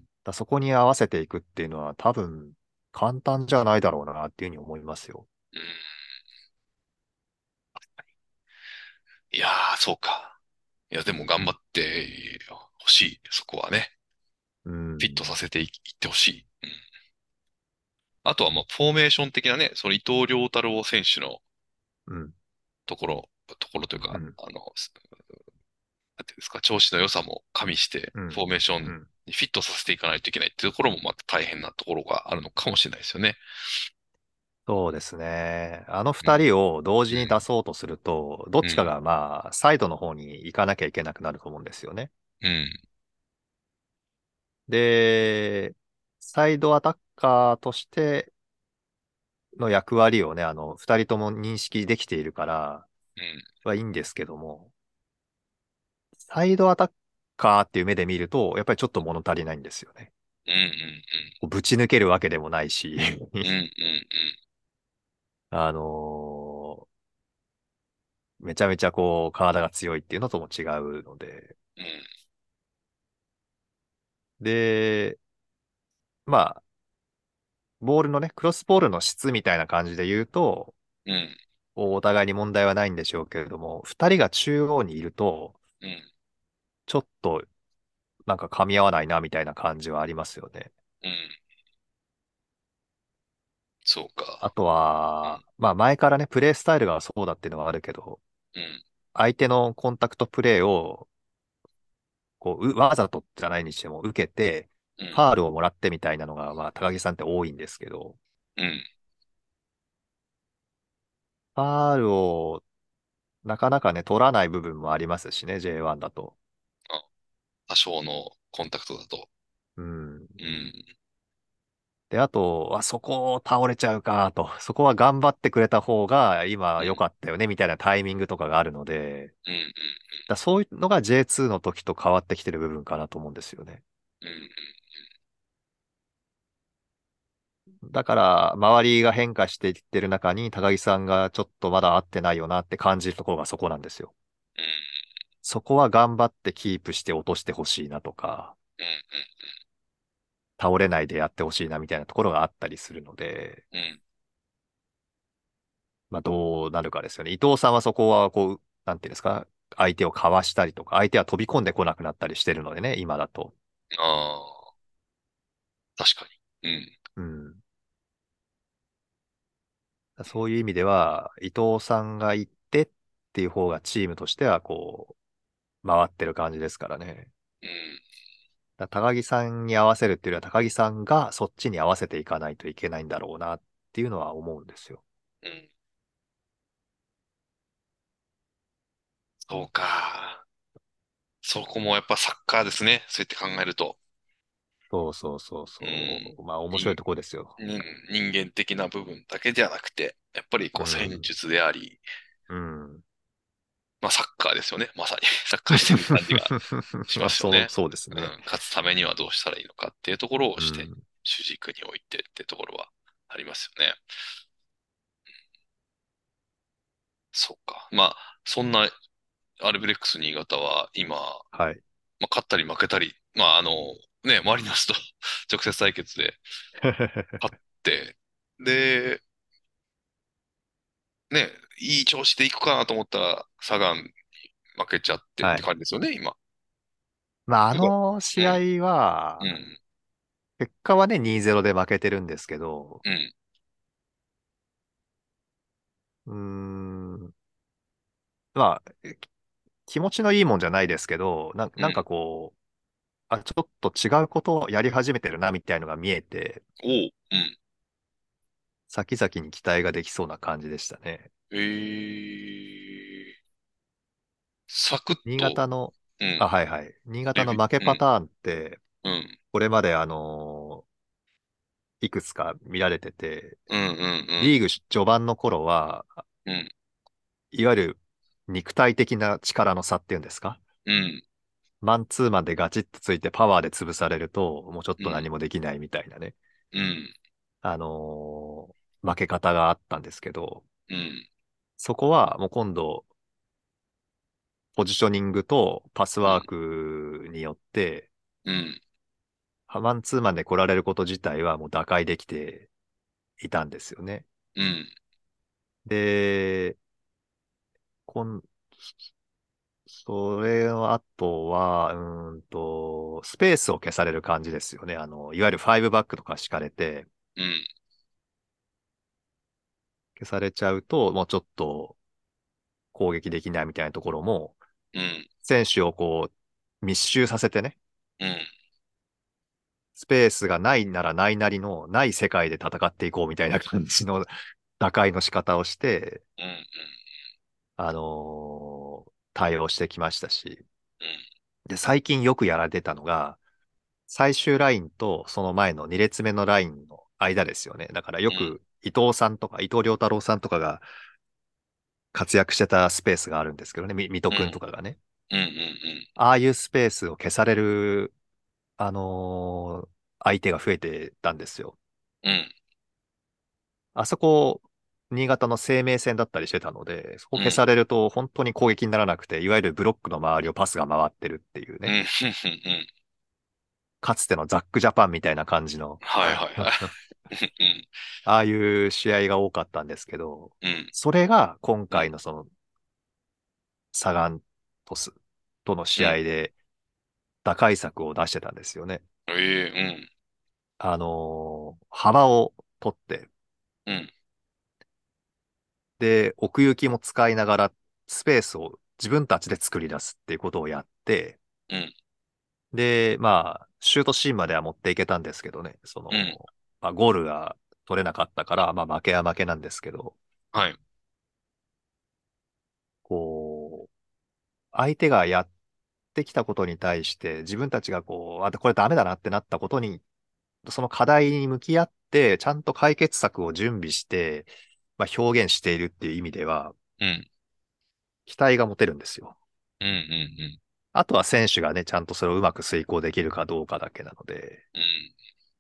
だそこに合わせていくっていうのは多分簡単じゃないだろうなっていうふうに思いますよ。
うん。いやー、そうか。いや、でも頑張ってほしい。そこはね。
う
フィットさ
ん。
せてい、いってほしい。うん。あとは、まあ、フォーメーション的なね、その伊藤良太郎選手の
うん。
ところ、ところというか、
うん。
あの、すなんていうんですか、調子の良さも加味して、
うん。
フォーメーション
うん。
にフィットさせていかないといけないっていうところもまた大変なところがあるのかもしれないですよね。
そうですね。あの
うん。
二人を同時に出
うん。
そうとすると、どっ
うん。
ちかがまあ、サイドの方に行かなきゃいけなくなると思うんですよね。
うん。
で、サイドアタッカーとしての役割をね、あの、二人とも認識できているから、
うん。
はいいんですけども、サイドアタッカーっていう目で見ると、やっぱりちょっと物足りないんですよね。
うん。うん。
こうぶち抜けるわけでもないし、
うん。うん。うん。
あのーめちゃめちゃこう、体が強いっていうのとも違うので、
うん。
で、まあ、ボールのね、クロスボールの質みたいな感じで言うと、
うん。
お互いに問題はないんでしょうけれども、二人が中央にいると、
うん。
ちょっとなんか噛み合わないなみたいな感じはありますよね。
うん。そうか。
あとは、
うん。
まあ前からね、プレースタイルがそうだっていうのはあるけど、
うん。
相手のコンタクトプレーを、こう、うわざとじゃないにしても受けて、
うん。
ファールをもらってみたいなのが、まあ高木さんって多いんですけど、
うん。
ファールをなかなかね、取らない部分もありますしね、ジェイワン だと。
あ、多少のコンタクトだと。
うん。
うん。
で、あと、あそこ倒れちゃうかと、そこは頑張ってくれた方が今良
うん。
かったよね、みたいなタイミングとかがあるので、
うん。
だそういうのが ジェイツー の時と変わってきてる部分かなと思うんですよね。
うん。うん。
だから、周りが変化していってる中に、高木さんがちょっとまだ合ってないよなって感じるところがそこなんですよ。
うん。
そこは頑張ってキープして落としてほしいなとか、
うん。
倒れないでやってほしいなみたいなところがあったりするので、
うん。うん。
まあどうなるかですよね。伊藤さんはそこはこう、なんていうんですか、相手をかわしたりとか、相手は飛び込んでこなくなったりしてるのでね、今だと。
ああ、確かに。うん。
うん。そういう意味では、伊藤さんが行ってっていう方がチームとしてはこう、回ってる感じですからね。
うん。
だ高木さんに合わせるっていうよりは、高木さんがそっちに合わせていかないといけないんだろうなっていうのは思うんですよ。
うん。そうか。そこもやっぱサッカーですね。そうやって考えると。
そうそうそう
うん。
そう。まあ面白い
人、
とこですよ。
人人間的な部分だけじゃなくて、やっぱりこう戦
うん。
術であり、
うん。
まあサッカーですよね。まさにサッカーしてる感じがしま
まあそう、
すよね。
そうですね。
うん。勝つためにはどうしたらいいのかっていうところをして、
うん。
主軸に置いてってところはありますよね。そうか。まあ、そんなアルビレックス新潟は今、
はい。
まあ、勝ったり負けたり、まあ、あの、ね、マリノスと直接対決で勝って、で、ね、いい調子でいくかなと思ったら、サガンに負けちゃってっ
はい。
て感じですよね、今。
まああ
なんか、
の
うん、
試合は、
うん、
結果はね、にたいゼロで負けてるんですけど、
うん、
うーん、まあ、気持ちのいいもんじゃないですけど、な、なんか
うん。
こう、あ、ちょっと違うことをやり始めてるな、みたいのが見えて、
おう、うん。
先々に期待ができそうな感じでしたね。
えー、サクッ
新
と、
潟の、あ、
うん、
はいはい。新潟
レビ、
の負け
うん、
パターンって、
うん、
これまであのいくつか見られてて、
うん、うん、
リーグ序盤の頃は、
うん、
いわゆる肉体的な力の差っていうんですか？
うん、
マンツーマンでガチッとついてパワーで潰されると、もうちょっと
うん、
何もできないみたいなね、
うん、
あのー負け方があったんですけど、
うん、
そこはもう今度、ポジショニングとパスワー
うん、
クによって、
うん、
マンツーマンで来られること自体はもう打開できていたんですよね。
うん、
で、こん、それの後は、うーんと、スペースを消される感じですよね。あの、いわゆるファイブバックとか敷かれて、
うん、
消されちゃうと、もうちょっと攻撃できないみたいなところも、
うん、
選手をこう、密集させてね、
うん、
スペースがないならないなりの、ない世界で戦っていこうみたいな感じの打開の仕方をして、
うん、
あのー対応してきましたし、
うん、
で、最近よくやられてたのが、最終ラインとその前のに列目のラインの間ですよね。だからよ
うん、
く伊藤さんとか、伊藤良太郎さんとかが活躍してたスペースがあるんですけどね、み水戸くん
うん、
とかがね。
うん、うん、
ああいうスペースを消される、あのー相手が増えてたんですよ。
うん、
あそこ、新潟の生命線だったりしてたので、そこ
うん、
消されると本当に攻撃にならなくて、いわゆるブロックの周りをパスが回ってるっていうね。
うん、うん、うん、
かつてのザックジャパンみたいな感じの
はいはいはい。うん、
ああいう試合が多かったんですけど、
うん、
それが今
うん、
回のそのサガン鳥栖との
うん、
試合で打開策を出してたんですよね。
ええ、
あのー幅を取って、
うん、うん、
で、奥行きも使いながらスペースを自分たちで作り出すっていうことをやって、
うん、
で、まあ、シュートシーンまでは持っていけたんですけどね、そ
うん、
の、まあ、ゴールが取れなかったから、まあ、負けは負けなんですけど、
はい、
こう、相手がやってきたことに対して、自分たちがこう、あ、これダメだなってなったことに、その課題に向き合って、ちゃんと解決策を準備して、まあ、表現しているっていう意味では、
うん、
期待が持てるんですよ。
うん、うん、
あとは選手がね、ちゃんとそれをうまく遂行できるかどうかだけなので、
うん、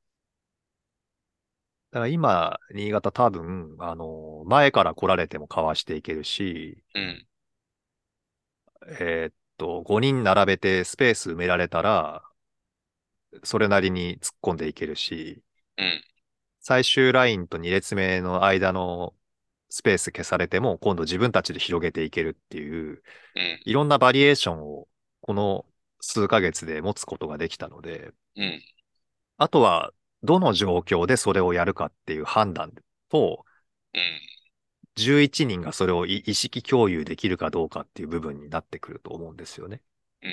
だから今、新潟多分、あの、前から来られてもかわしていけるし、
うん、
えーっと、ごにん並べてスペース埋められたら、それなりに突っ込んでいけるし、
うん、
最終ラインとに列目の間のスペース消されても、今度自分たちで広げていけるっていう、
うん、
いろんなバリエーションをこの数ヶ月で持つことができたので、
うん、
あとはどの状況でそれをやるかっていう判断と、
うん、
じゅういちにんがそれを意意識共有できるかどうかっていう部分になってくると思うんですよね。
うん、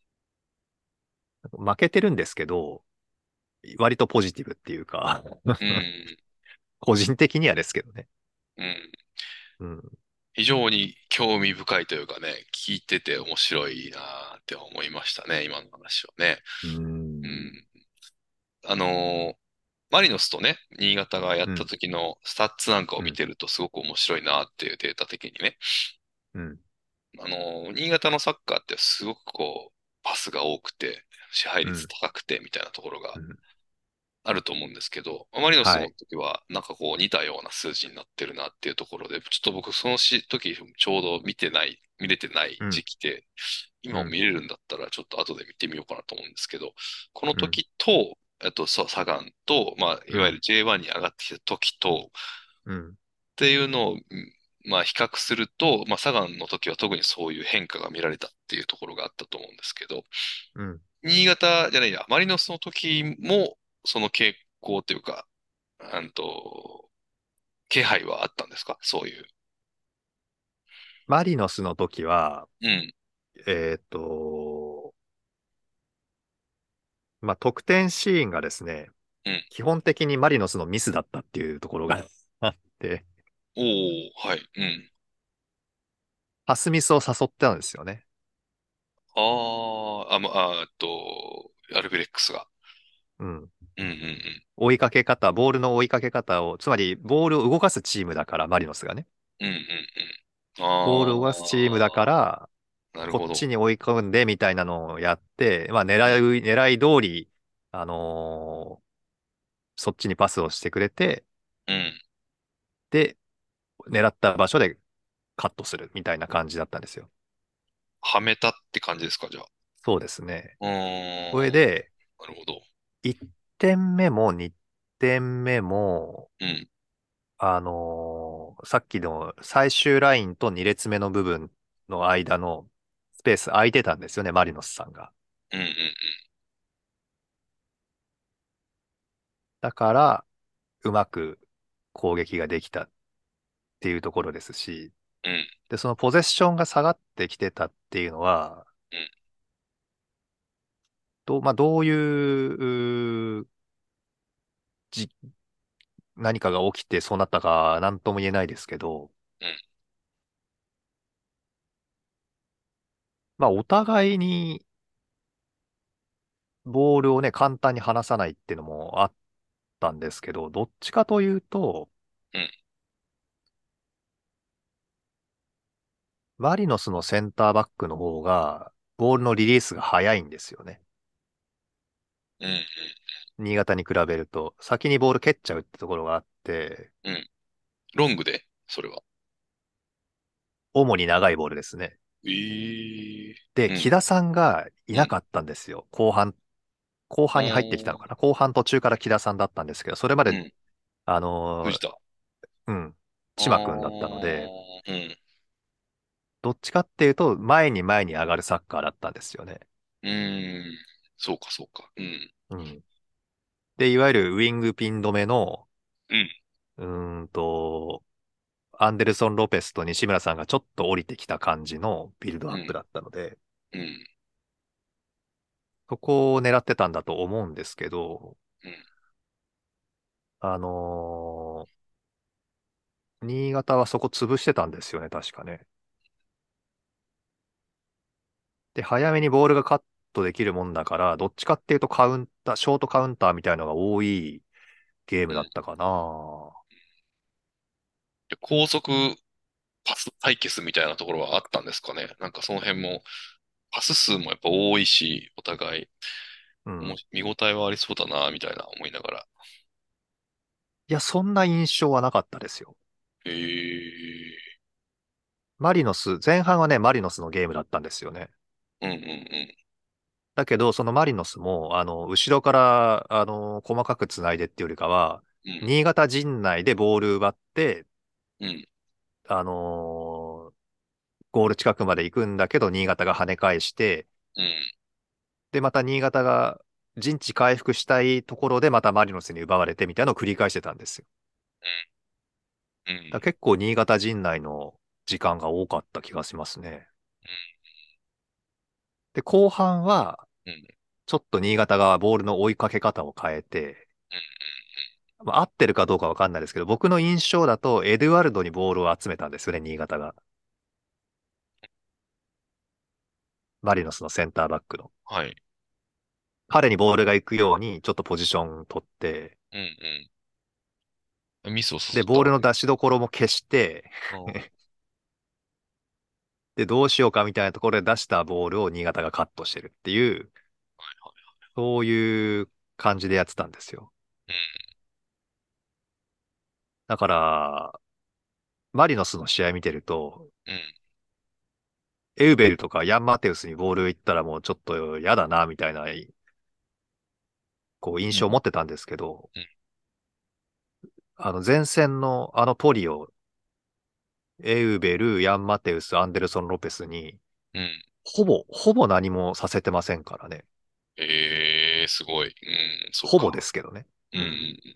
負けてるんですけど、割とポジティブっていうか
うん、
個人的にはですけどね。
うん。
うん。
非常に興味深いというかね、聞いてて面白いなーって思いましたね、今の話をね。
う
う
ん。
ん。 あのーマリノスとね、新潟がやった
うん、
時のスタッツなんかを
うん、
見てるとすごく面白いなっていうデータ的にね。
うん、
あのー新潟のサッカーってすごくこう、パスが多くて、支配率
うん、
高くてみたいなところが
うん。
あると思うんですけど、マリノスの
はい。
時はなんかこう似たような数字になってるなっていうところで、ちょっと僕そのし時ちょうど見てない、見れてない
うん、
時期で、今
うん、
も見れるんだったらちょっと後で見てみようかなと思うんですけど、この
うん、
時と、えっと、さサガンと、まあ、いわゆる
うん、
ジェイワン に上がってきた時と、
うん、
っていうのを、うんまあ、比較すると、まあ、サガンの時は特にそういう変化が見られたっていうところがあったと思うんですけど、
うん。
新潟じゃないや、マリノスの時も、その傾向というか、あんと、気配はあったんですかそういう？
マリノスの時は、
うん、
えっと、まあ、得点シーンがですね、
うん。
基本的にマリノスのミスだったっていうところがあって、
おー、はい、うん。
パスミスを誘ってたんですよね。
あー、あ、まあ、あえっと、アルビレックスが。
うん。
うん、うん、うん。
追いかけ方、ボールの追いかけ方を、つまりボールを動かすチームだから、マリノスがね。
うん、うん、うん。
ボールを動かすチームだか
あ
ら、
ー、なる
こっ
ほど。
ちに追い込んでみたいなのをやって、まあ狙
うん、
い、狙い通り、あのーそっちにパスをしてくれて、
うん。
で、狙った場所でカットするみたいな感じだったんですよ。
はめたって感じですか、じゃあ？
そうですね。
うーん、
それで、
なるほど。
いってんめもにてんめも、
うん、
あのーさっきの最終ラインとに列目の部分の間のスペース空いてたんですよね、マリノスさんが。
うん、うん、
だから、うまく攻撃ができたっていうところですし、
うん、うん、
で、そのポゼッションが下がってきてたっていうのは、
うん。
どう、まあ、どういうじ、何かが起きてそうなったか、なんとも言えないですけど、
うん
まあ、お互いにボールをね、簡単に離さないっていうのもあったんですけど、どっちかというと、
うん
マリノスのセンターバックの方が、ボールのリリースが早いんですよね。
うん、
新潟に比べると、先にボール蹴っちゃうってところがあって、
うん、うん。ロングで、それは？
主に長いボールですね。
ええ
で、
うん、
木田さんがい
うん。
なかったんですよ。後半、後
あ
半に入ってきたのか
ー
な。後半途中から木田さんだったんですけど、それまで、
うん。
あの
藤田。
ーうん、
あ
島君だったので、
ーうん。
どっちかっていうと、前に前に上がるサッカーだったんですよね。
うーん。そうか、そうか。うん。
うん。で、いわゆるウィングピン止めの、
うん。
うーんと、アンデルソン・ロペスと西村さんがちょっと降りてきた感じのビルド
うん。
アップだったので、
うん。
そこを狙ってたんだと思うんですけど、
うん。
あのー新潟はそこ潰してたんですよね、確かね。で、早めにボールがカットできるもんだから、どっちかっていうとカウンター、ショートカウンターみたいのが多いゲーム
うん。
だったかな。
で高速パス対決みたいなところはあったんですかね。なんかその辺も、パス数もやっぱ多いし、お互い、も
うん。
見応えはありそうだな、みたいな思いながら。
いや、そんな印象はなかったですよ。
へえ。
マリノス、前半はね、マリノスのゲームだったんですよね。
うんうん
だけど、そのマリノスも、あの、後ろから、あの、細かく繋いでっていうよりかは、
うん。
新潟陣内でボール奪って、
うん。うん。
あのーゴール近くまで行くんだけど、新潟が跳ね返して、
うん。
で、また新潟が陣地回復したいところで、またマリノスに奪われてみたいなのを繰り返してたんですよ。
うん。うん。
だから結構新潟陣内の時間が多かった気がしますね。で、後半は、
うん。
ちょっと新潟がボールの追いかけ方を変えて、
うん。
まあ、合ってるかどうかわかんないですけど、僕の印象だとエドゥアルドにボールを集めたんですよね、新潟が。マリノスのセンターバックの。
はい。
彼にボールが行くようにちょっとポジション取って、
うんうん。ミスを誘
で、
ったわけ。
ボールの出しどころも消して、
うん。
で、どうしようかみたいなところで出したボールを新潟がカットしてるっていう、そういう感じでやってたんですよ。
うん。
だから、マリノスの試合見てると、
うん。
エウベルとかヤンマテウスにボール行ったらもうちょっと嫌だな、みたいな、こう印象を持
うん。
ってたんですけど、
うん。
あの前線のあのトリオ、エウベル、ヤンマテウス、アンデルソン・ロペスに、
うん。
ほぼ、ほぼ何もさせてませんからね。
ええー、すごい。うん、そう
ほぼで
か。
すけどね。
うん。う
うん。
ん。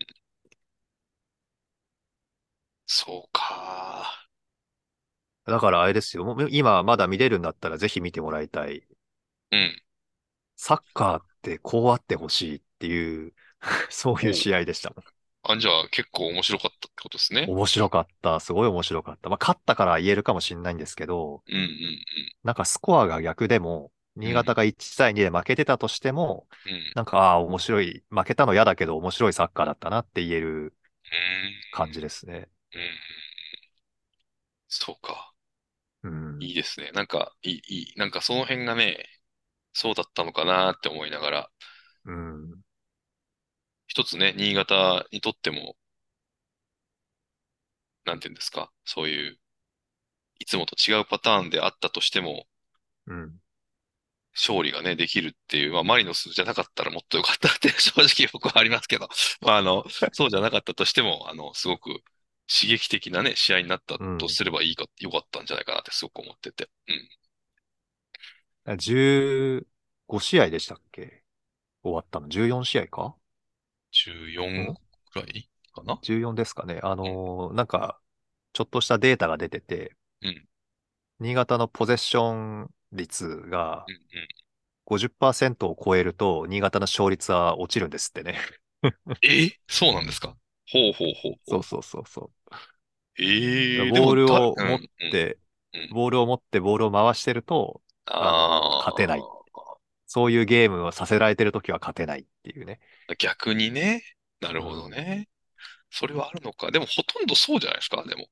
そうか。
だからあれですよ。もう今まだ見れるんだったらぜひ見てもらいたい。
うん。
サッカーってこうあってほしいっていう、そういう
おう。
試合でしたもん。
あ、じゃあ結構面白かったってことですね。
面白かった。すごい面白かった。まあ、勝ったから言えるかもしれないんですけど、
うんうん
なんかスコアが逆でも、
うん。うん。
新潟がいち対にで負けてたとしても、
うん。
なんか、ああ、面白い、負けたの嫌だけど面白いサッカーだったなって言える
うん。
感じですね。
うん。そうか。
うん。
いいですね。なんか、いい、いい。なんかその辺がね、そうだったのかなって思いながら、
うん。
一つね、新潟にとっても、なんていうんですか、そういう、いつもと違うパターンであったとしても、
うん。
勝利がね、できるっていう、まあ、マリノスじゃなかったらもっと良かったって正直僕はありますけど、まあ、あの、そうじゃなかったとしても、あの、すごく刺激的なね、試合になった
うん。
とすればいいか、良かったんじゃないかなってすごく思ってて。うん。
じゅうご試合でしたっけ？終わったの。じゅうよん試合か？
じゅうよん
ん
くらいかな。
?じゅうよん ですかね。あ
うん。
のーなんか、ちょっとしたデータが出てて、
うん。
新潟のポゼッション率が
うん。うん。
ごじゅっパーセントを超えると、新潟の勝率は落ちるんですってね。
えそうなんですか？ほうほうほうほうほう。
そうそうそうそう。
ええで
ボー
も、だ、
ルを持っ
うん、うん、
て、
うん。
ボールを持ってボールを回してると、あの、勝てない。
あ
そういうゲームをさせられてるときは勝てないっていうね。
あ、逆にね。なるほど
うん。
ね。それはあるのか。でも、ほとんどそうじゃないですか、でも。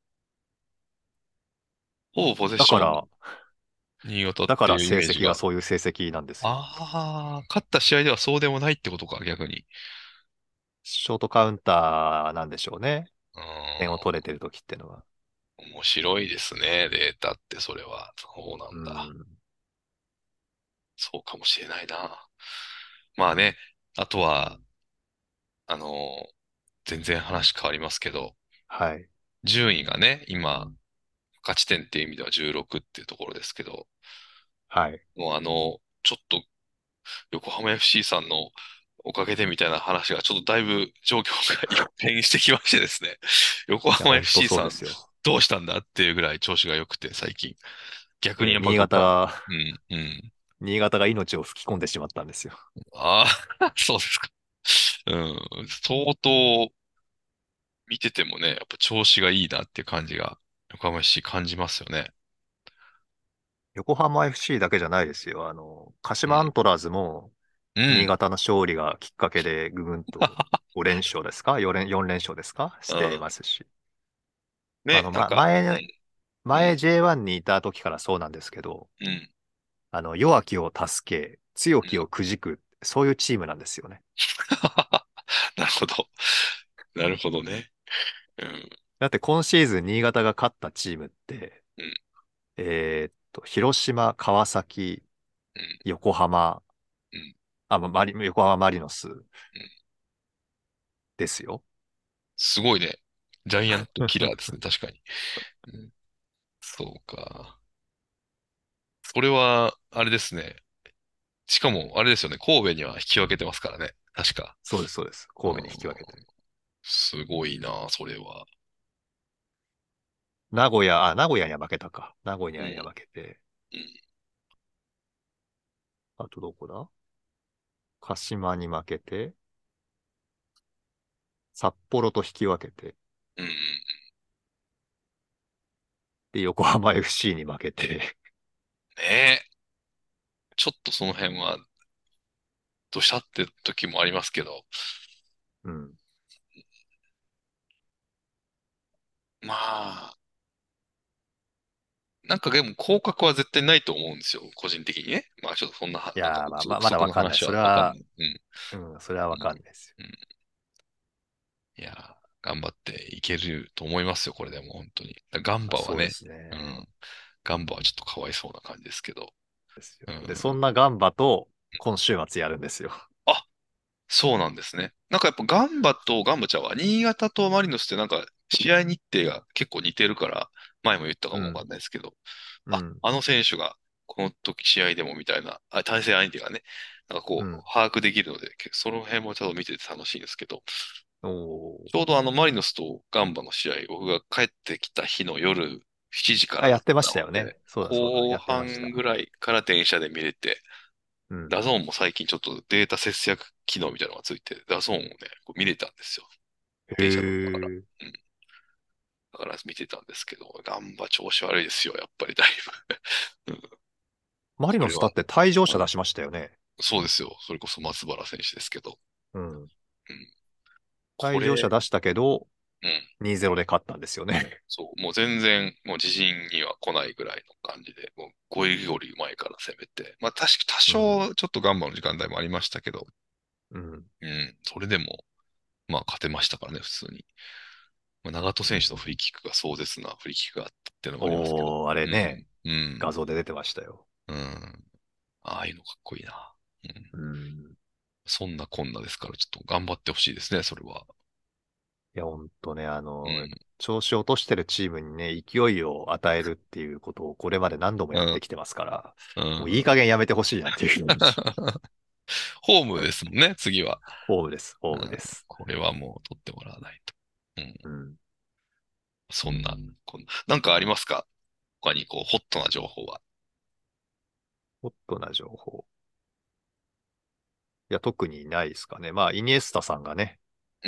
ほぼポゼッション、
だから、
新潟っていうイ
だから成
メージが。
績がそういう成績なんですよ。
ああ、勝った試合ではそうでもないってことか、逆に。
ショートカウンターなんでしょうね。
うー
点を取れ
ん、
てるときってのは。
面白いですね、データって、それは。そうな
う
んだ。
ん。
そうかもしれないな。まあね、あとは、あのー全然話変わりますけど、
はい。
順位がね、今、勝ち点っていう意味ではじゅうろくっていうところですけど、
はい。
もうあの、ちょっと横浜 エフシー さんのおかげでみたいな話がちょっとだいぶ状況が一変してきましてですね。横
いや、
浜
ほんと
エフシー
そう
さん
ですよ。
どうしたんだっていうぐらい調子が良くて最近。逆に
ね、
やっぱ
新
どか、
潟が、
うん、うん。
新潟が命を吹き込んでしまったんですよ。
ああ、そうですか。うん。相当見ててもね、やっぱ調子がいいなっていう感じが横浜 エフシー 感じますよね。
横浜 エフシー だけじゃないですよ。あの、鹿
うん。
島アントラーズも、
うん。
新潟の勝利がきっかけでぐぐんとご連勝ですか？ よ 連、よん連勝ですかして
うん。
ますし。あ
ね、
の、ま、
なんか、
前、
うん。う
前
ん。
ジェイワン にいた時からそうなんですけど、
うん。
あの、弱きを助け、強
うん。
きをくじく、そういうチームなんですよね。
なるほど。なるほどね。うん。
だって今シーズン新潟が勝ったチームって、
うん。
えーっと、広島、川崎、
うん。
横浜、
うん。
あ、まマリ、横浜マリノス
うん。
ですよ。
すごいね。ジャイアントキラーですね。確かに。うん、そうか。それは、あれですね。しかも、あれですよね。神戸には引き分けてますからね。確か。
そうです、そうです。
うん。
神戸に引き分けてる。
すごいな、それは。
名古屋、あ、名古屋には負けたか。名古
うん。
屋には負けて。
うん。
あとどこだ？鹿島に負けて、札幌と引き分けて、
うん。
で、横浜 エフシー に負けて、
ねえ。ちょっとその辺はとしたって時もありますけど、
うん。
まあ、なんかでも降格は絶対ないと思うんですよ。個人的にね。まあちょっとそんなは、なんか
いやー、まあ、まあ、ま
憶測
だわかんない。
の話は
それは、
わかんない。うん。
うん、それはわかんないですよ。
うん。いやー、頑張っていけると思いますよ、これでも本当に。ガン
あ、
バはね、
そうですね。
うん。ガンバはちょっとかわいそうな感じですけど。
ですよ。
うん。
で、そんなガンバと今週末やるんですよ。
あ、そうなんですね。なんかやっぱガンバとガンバちゃんは、新潟とマリノスってなんか試合日程が結構似てるから、前も言ったかもわかん
うん。
ないですけど、あ、
うん。
あの選手がこの時試合でもみたいな、あ、対戦相手がね、なんかこう、
うん。
把握できるので、けその辺もちょっと見てて楽しいんですけど、
おー。
ちょうどあのマリノスとガンバの試合、僕が帰ってきた日の夜しちじか
あ、
ら
やってまし
なので、
たよね。そうだそうだ。
後
やってました。
半ぐらいから電車で見れて、
うん。
ダゾーンも最近ちょっとデータ節約機能みたいなのがついて、ダゾーンをね、こう見れたんですよ。
へ
電車乗りながら。
え。
うん。だから見てたんですけど、ガンバ調子悪いですよ、やっぱりだいぶ。うん。
マリノ
これは、
スだって退場者
はい。
出しましたよね。
そうですよ。それこそ松原選手ですけど。
うん。
うん。こ
退場者
れ、
出したけど、
うん。
にたいゼロで勝ったんですよね。
そう。もう全然、もう自陣には来ないぐらいの感じで、もうゴリゴリ前から攻めて。まあ確か多
うん。
少ちょっとガンバの時間帯もありましたけど、
うん。
うん。それでも、まあ勝てましたからね、普通に。まあ、長戸選手のフリーキックが壮絶なフリーキックがあったっていうのもありますけど。
おー、あれね、
うん。うん。
画像で出てましたよ。
うん。ああいうのかっこいいな。うん。
うん。
そんなこんなですから、ちょっと頑張ってほしいですね、それは。
いや、ほんとね、あの、
うん。
調子を落としてるチームにね、勢いを与えるっていうことをこれまで何度も
うん。
やってきてますから、
うん。
もういい加減やめてほしいなっていうふうに。
ホームですもんね、次は。
ホームです、ホ
うん。
ームです。
これはもう取ってもらわないと。うん。
うん。
そんな、こんなんかありますか？他にこう、ホットな情報は。
ホットな情報。いや、特にないですかね。まあ、イニエスタさんがね、
うん。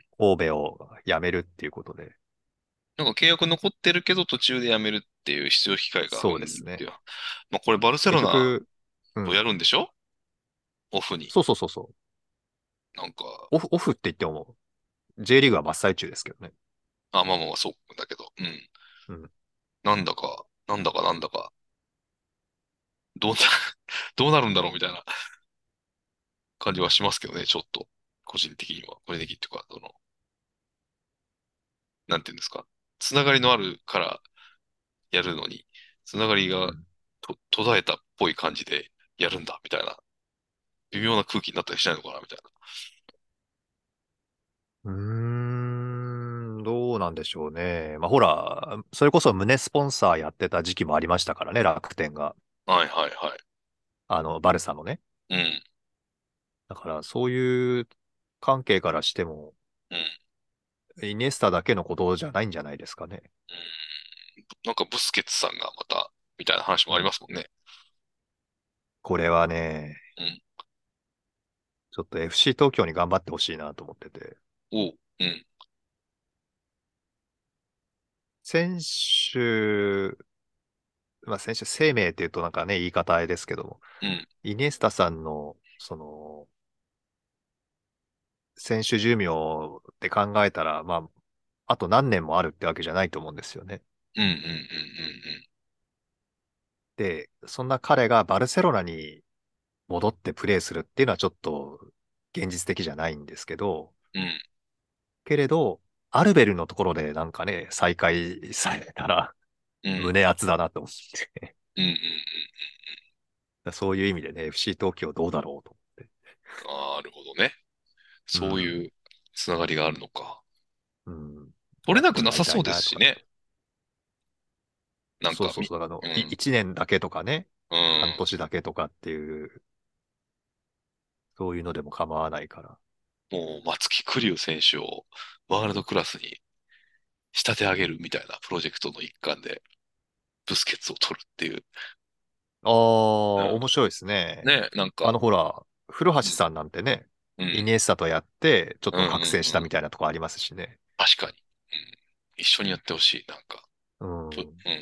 神戸を辞めるっていうことで、
なんか契約残ってるけど途中で辞めるっていう出場機会がうん
そうですね。
っていう。まあこれバルセロナ
結局、う
とや
ん。
るんでしょ？オフに。
そうそうそうそう。
なんか、
オフ、オフって言っても、J リーグは真っ最中ですけどね。
あ、まあまあまあ、そうだけど、うん。
うん。
なんだか、なんだかなんだか、どうな、どうなるんだろうみたいな感じはしますけどね、ちょっと。個人的には。個人的っていうか、その、なんていうんですか。つながりのあるからやるのに、つながりが
うん。
と途絶えたっぽい感じでやるんだ、みたいな。微妙な空気になったりしないのかな、みたいな。
うーん、どうなんでしょうね。まあ、ほら、それこそ胸スポンサーやってた時期もありましたからね、楽天が。
はいはいはい。
あの、バルサのね。
うん、
だから、そういう関係からしても、
うん、うん。
イニエスタだけのことじゃないんじゃないですかね。
なんかブスケツさんがまた、みたいな話もあり
うん。
ますもんね。
これはね、
うん。
ちょっと エフシー 東京に頑張ってほしいなと思ってて。
おう、うん、
選手、まあ選手生命っていうとなんかね、言い方あれですけども、
うん、
イニエスタさんの、その、選手寿命って考えたら、まあ、あと何年もあるってわけじゃないと思うんですよね。
うん、うん、うん、うん。
で、そんな彼がバルセロナに戻ってプレーするっていうのはちょっと現実的じゃないんですけど、
うん、
けれど、アルベルのところでなんかね、再開されたら
うん、うん、
胸熱だなと思って。
うん、うん。
そういう意味でね、エフシー 東京どうだろうと思って。
なるほどね。
うん。
そういうつながりがあるのか。
うん。
取れなく
やってもらい
なさそうで
たいなとかって。
すしね。なんかみ、
そうそうそう。あの、い、
うん、
一年だけとかね、
うん。
半年だけとかっていう、そういうのでも構わないから。
もう松木玖生選手をワールドクラスに仕立て上げるみたいなプロジェクトの一環でブスケツを取るっていう。
ああ、
うん。
面白いですね。
ね、なんか、
あの、ほら、古橋
うん、
さんなんてね、
うん、
イニエスタとやって、ちょっ
うん、うん、
と覚醒した
うん。
みたいなとこありますしね。
確かに。うん。一緒にやってほしい。なんか、
う
ちょ、
ん。
うん。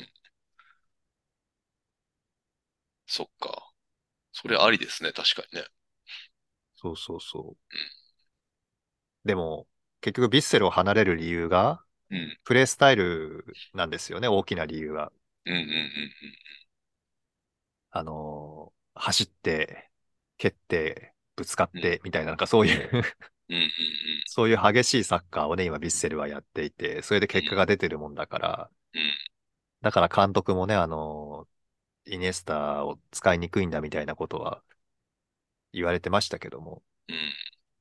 そっか。それありですね。確かにね。
そうそうそう。でも、結局ヴィッセルを離れる理由が、
うん。
プレースタイルなんですよね、大きな理由は。
うん。うん。うん。
あのー走って、蹴って、ぶつかっ
うん。
て、みたいな、なんかそういう
うん。うん。うん。
そういう激しいサッカーをね、今、ヴィッセルはやっていて、それで
うん。
結果が出てるもんだから、
うん。
だから監督もね、あのーイニエスタを使いにくいんだみたいなことは言われてましたけども、
うん。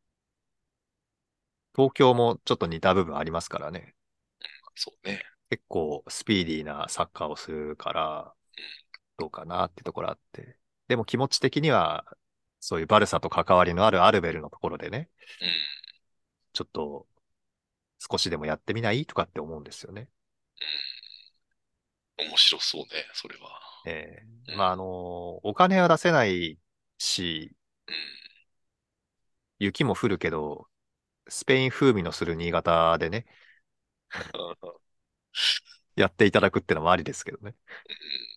東京もちょっと似た部分ありますからね。
そうね。
結構スピーディーなサッカーをするから、どうかなってところあって。でも気持ち的には、そういうバルサと関わりのあるアルベルのところでね、
うん。
ちょっと少しでもやってみないとかって思うんですよね。
うん。面白そうね、それは。
え
うん。
ーまあ、あの、お金は出せないし、
うん。
雪も降るけど、スペイン風味のする新潟でね、
ああ、
やっていただくってのもありですけどね。
うん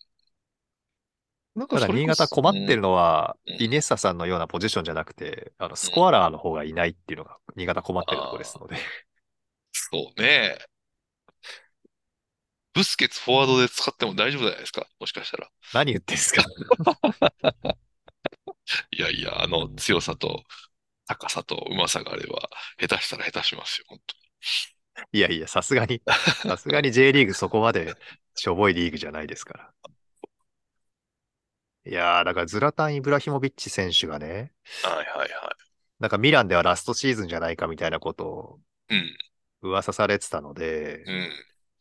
。なんか
ただ、
それこそ、
新潟困
うん。
ってるのは、
うん。
イニエスタさんのようなポジションじゃなくて、あの、
うん。
スコアラーの方がいないっていうのが、新潟困ってるところです
ああ、
ので。
そうね。ブスケツフォワードで使っても大丈夫じゃないですか。もしかしたら。
何言ってんすか？
いやいや、あの強さと高さとうまさがあれば、下手したら下手しますよ、本当に。
いやいや、さすがに、さすがに J リーグそこまでしょぼいリーグじゃないですから。いやー、だからズラタン・イブラヒモビッチ選手がね、
はいはいは
なんかミランではラストシーズンじゃないかみたいなことを
い。うん、
噂されてたので、
うん。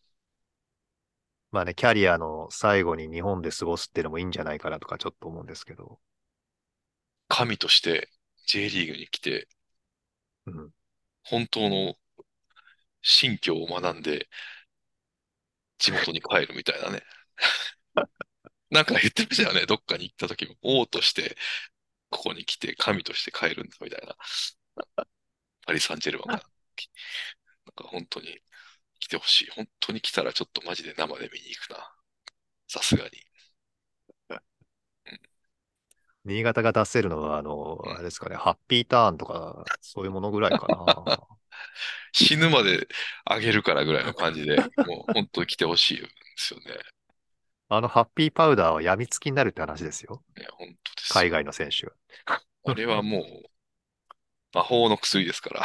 まあね、キャリアの最後に日本で過ごすっていうのもいいんじゃないかなとかちょっと思うんですけど。
神として J リーグに来て、
うん。
本当の新居を学んで地元に帰るみたいなね。なんか言ってましたよね。どっかに行った時も王としてここに来て神として帰るんだみたいな。パリ・サンジェルマンかな。なんか本当に来てほしい。本当に来たらちょっとマジで生で見に行くな。さすがに。うん。
新潟が出せるのは、あの、
うん。
あれですかね、ハッピーターンとか、そういうものぐらいかな。
死ぬまであげるからぐらいの感じで、もう本当に来てほしいですよね。
あのハッピーパウダーは病みつきになるって話ですよ。
ね、本当ですよ。
海外の選手が。
あれはもう魔法の薬ですから。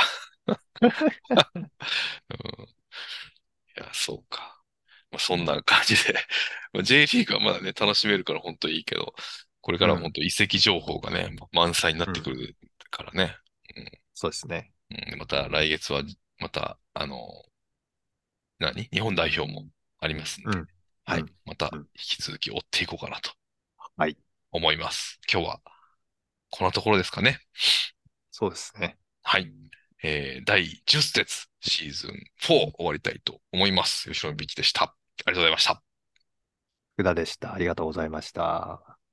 うん。いや、そうか。まあ、そんな感じで、まあ J リーグはまだね、楽しめるから本当にいいけど、これからは本
うん、
当移籍情報がね、満載になっ
うん、
てくるからね。
そうですね。
うん。うん。また来月は、また、あの、何日本代表もありますんで、
うん、う
はい。
ん、
また
うん。
引き続き追っていこうかなと
はい。
思います。今日はこんなところですかね。
そうですね。
はい。えー、だいじゅっ節シーズンよん終わりたいと思います。吉野美希でした。ありがとうございました。
福田でした。ありがとうございました。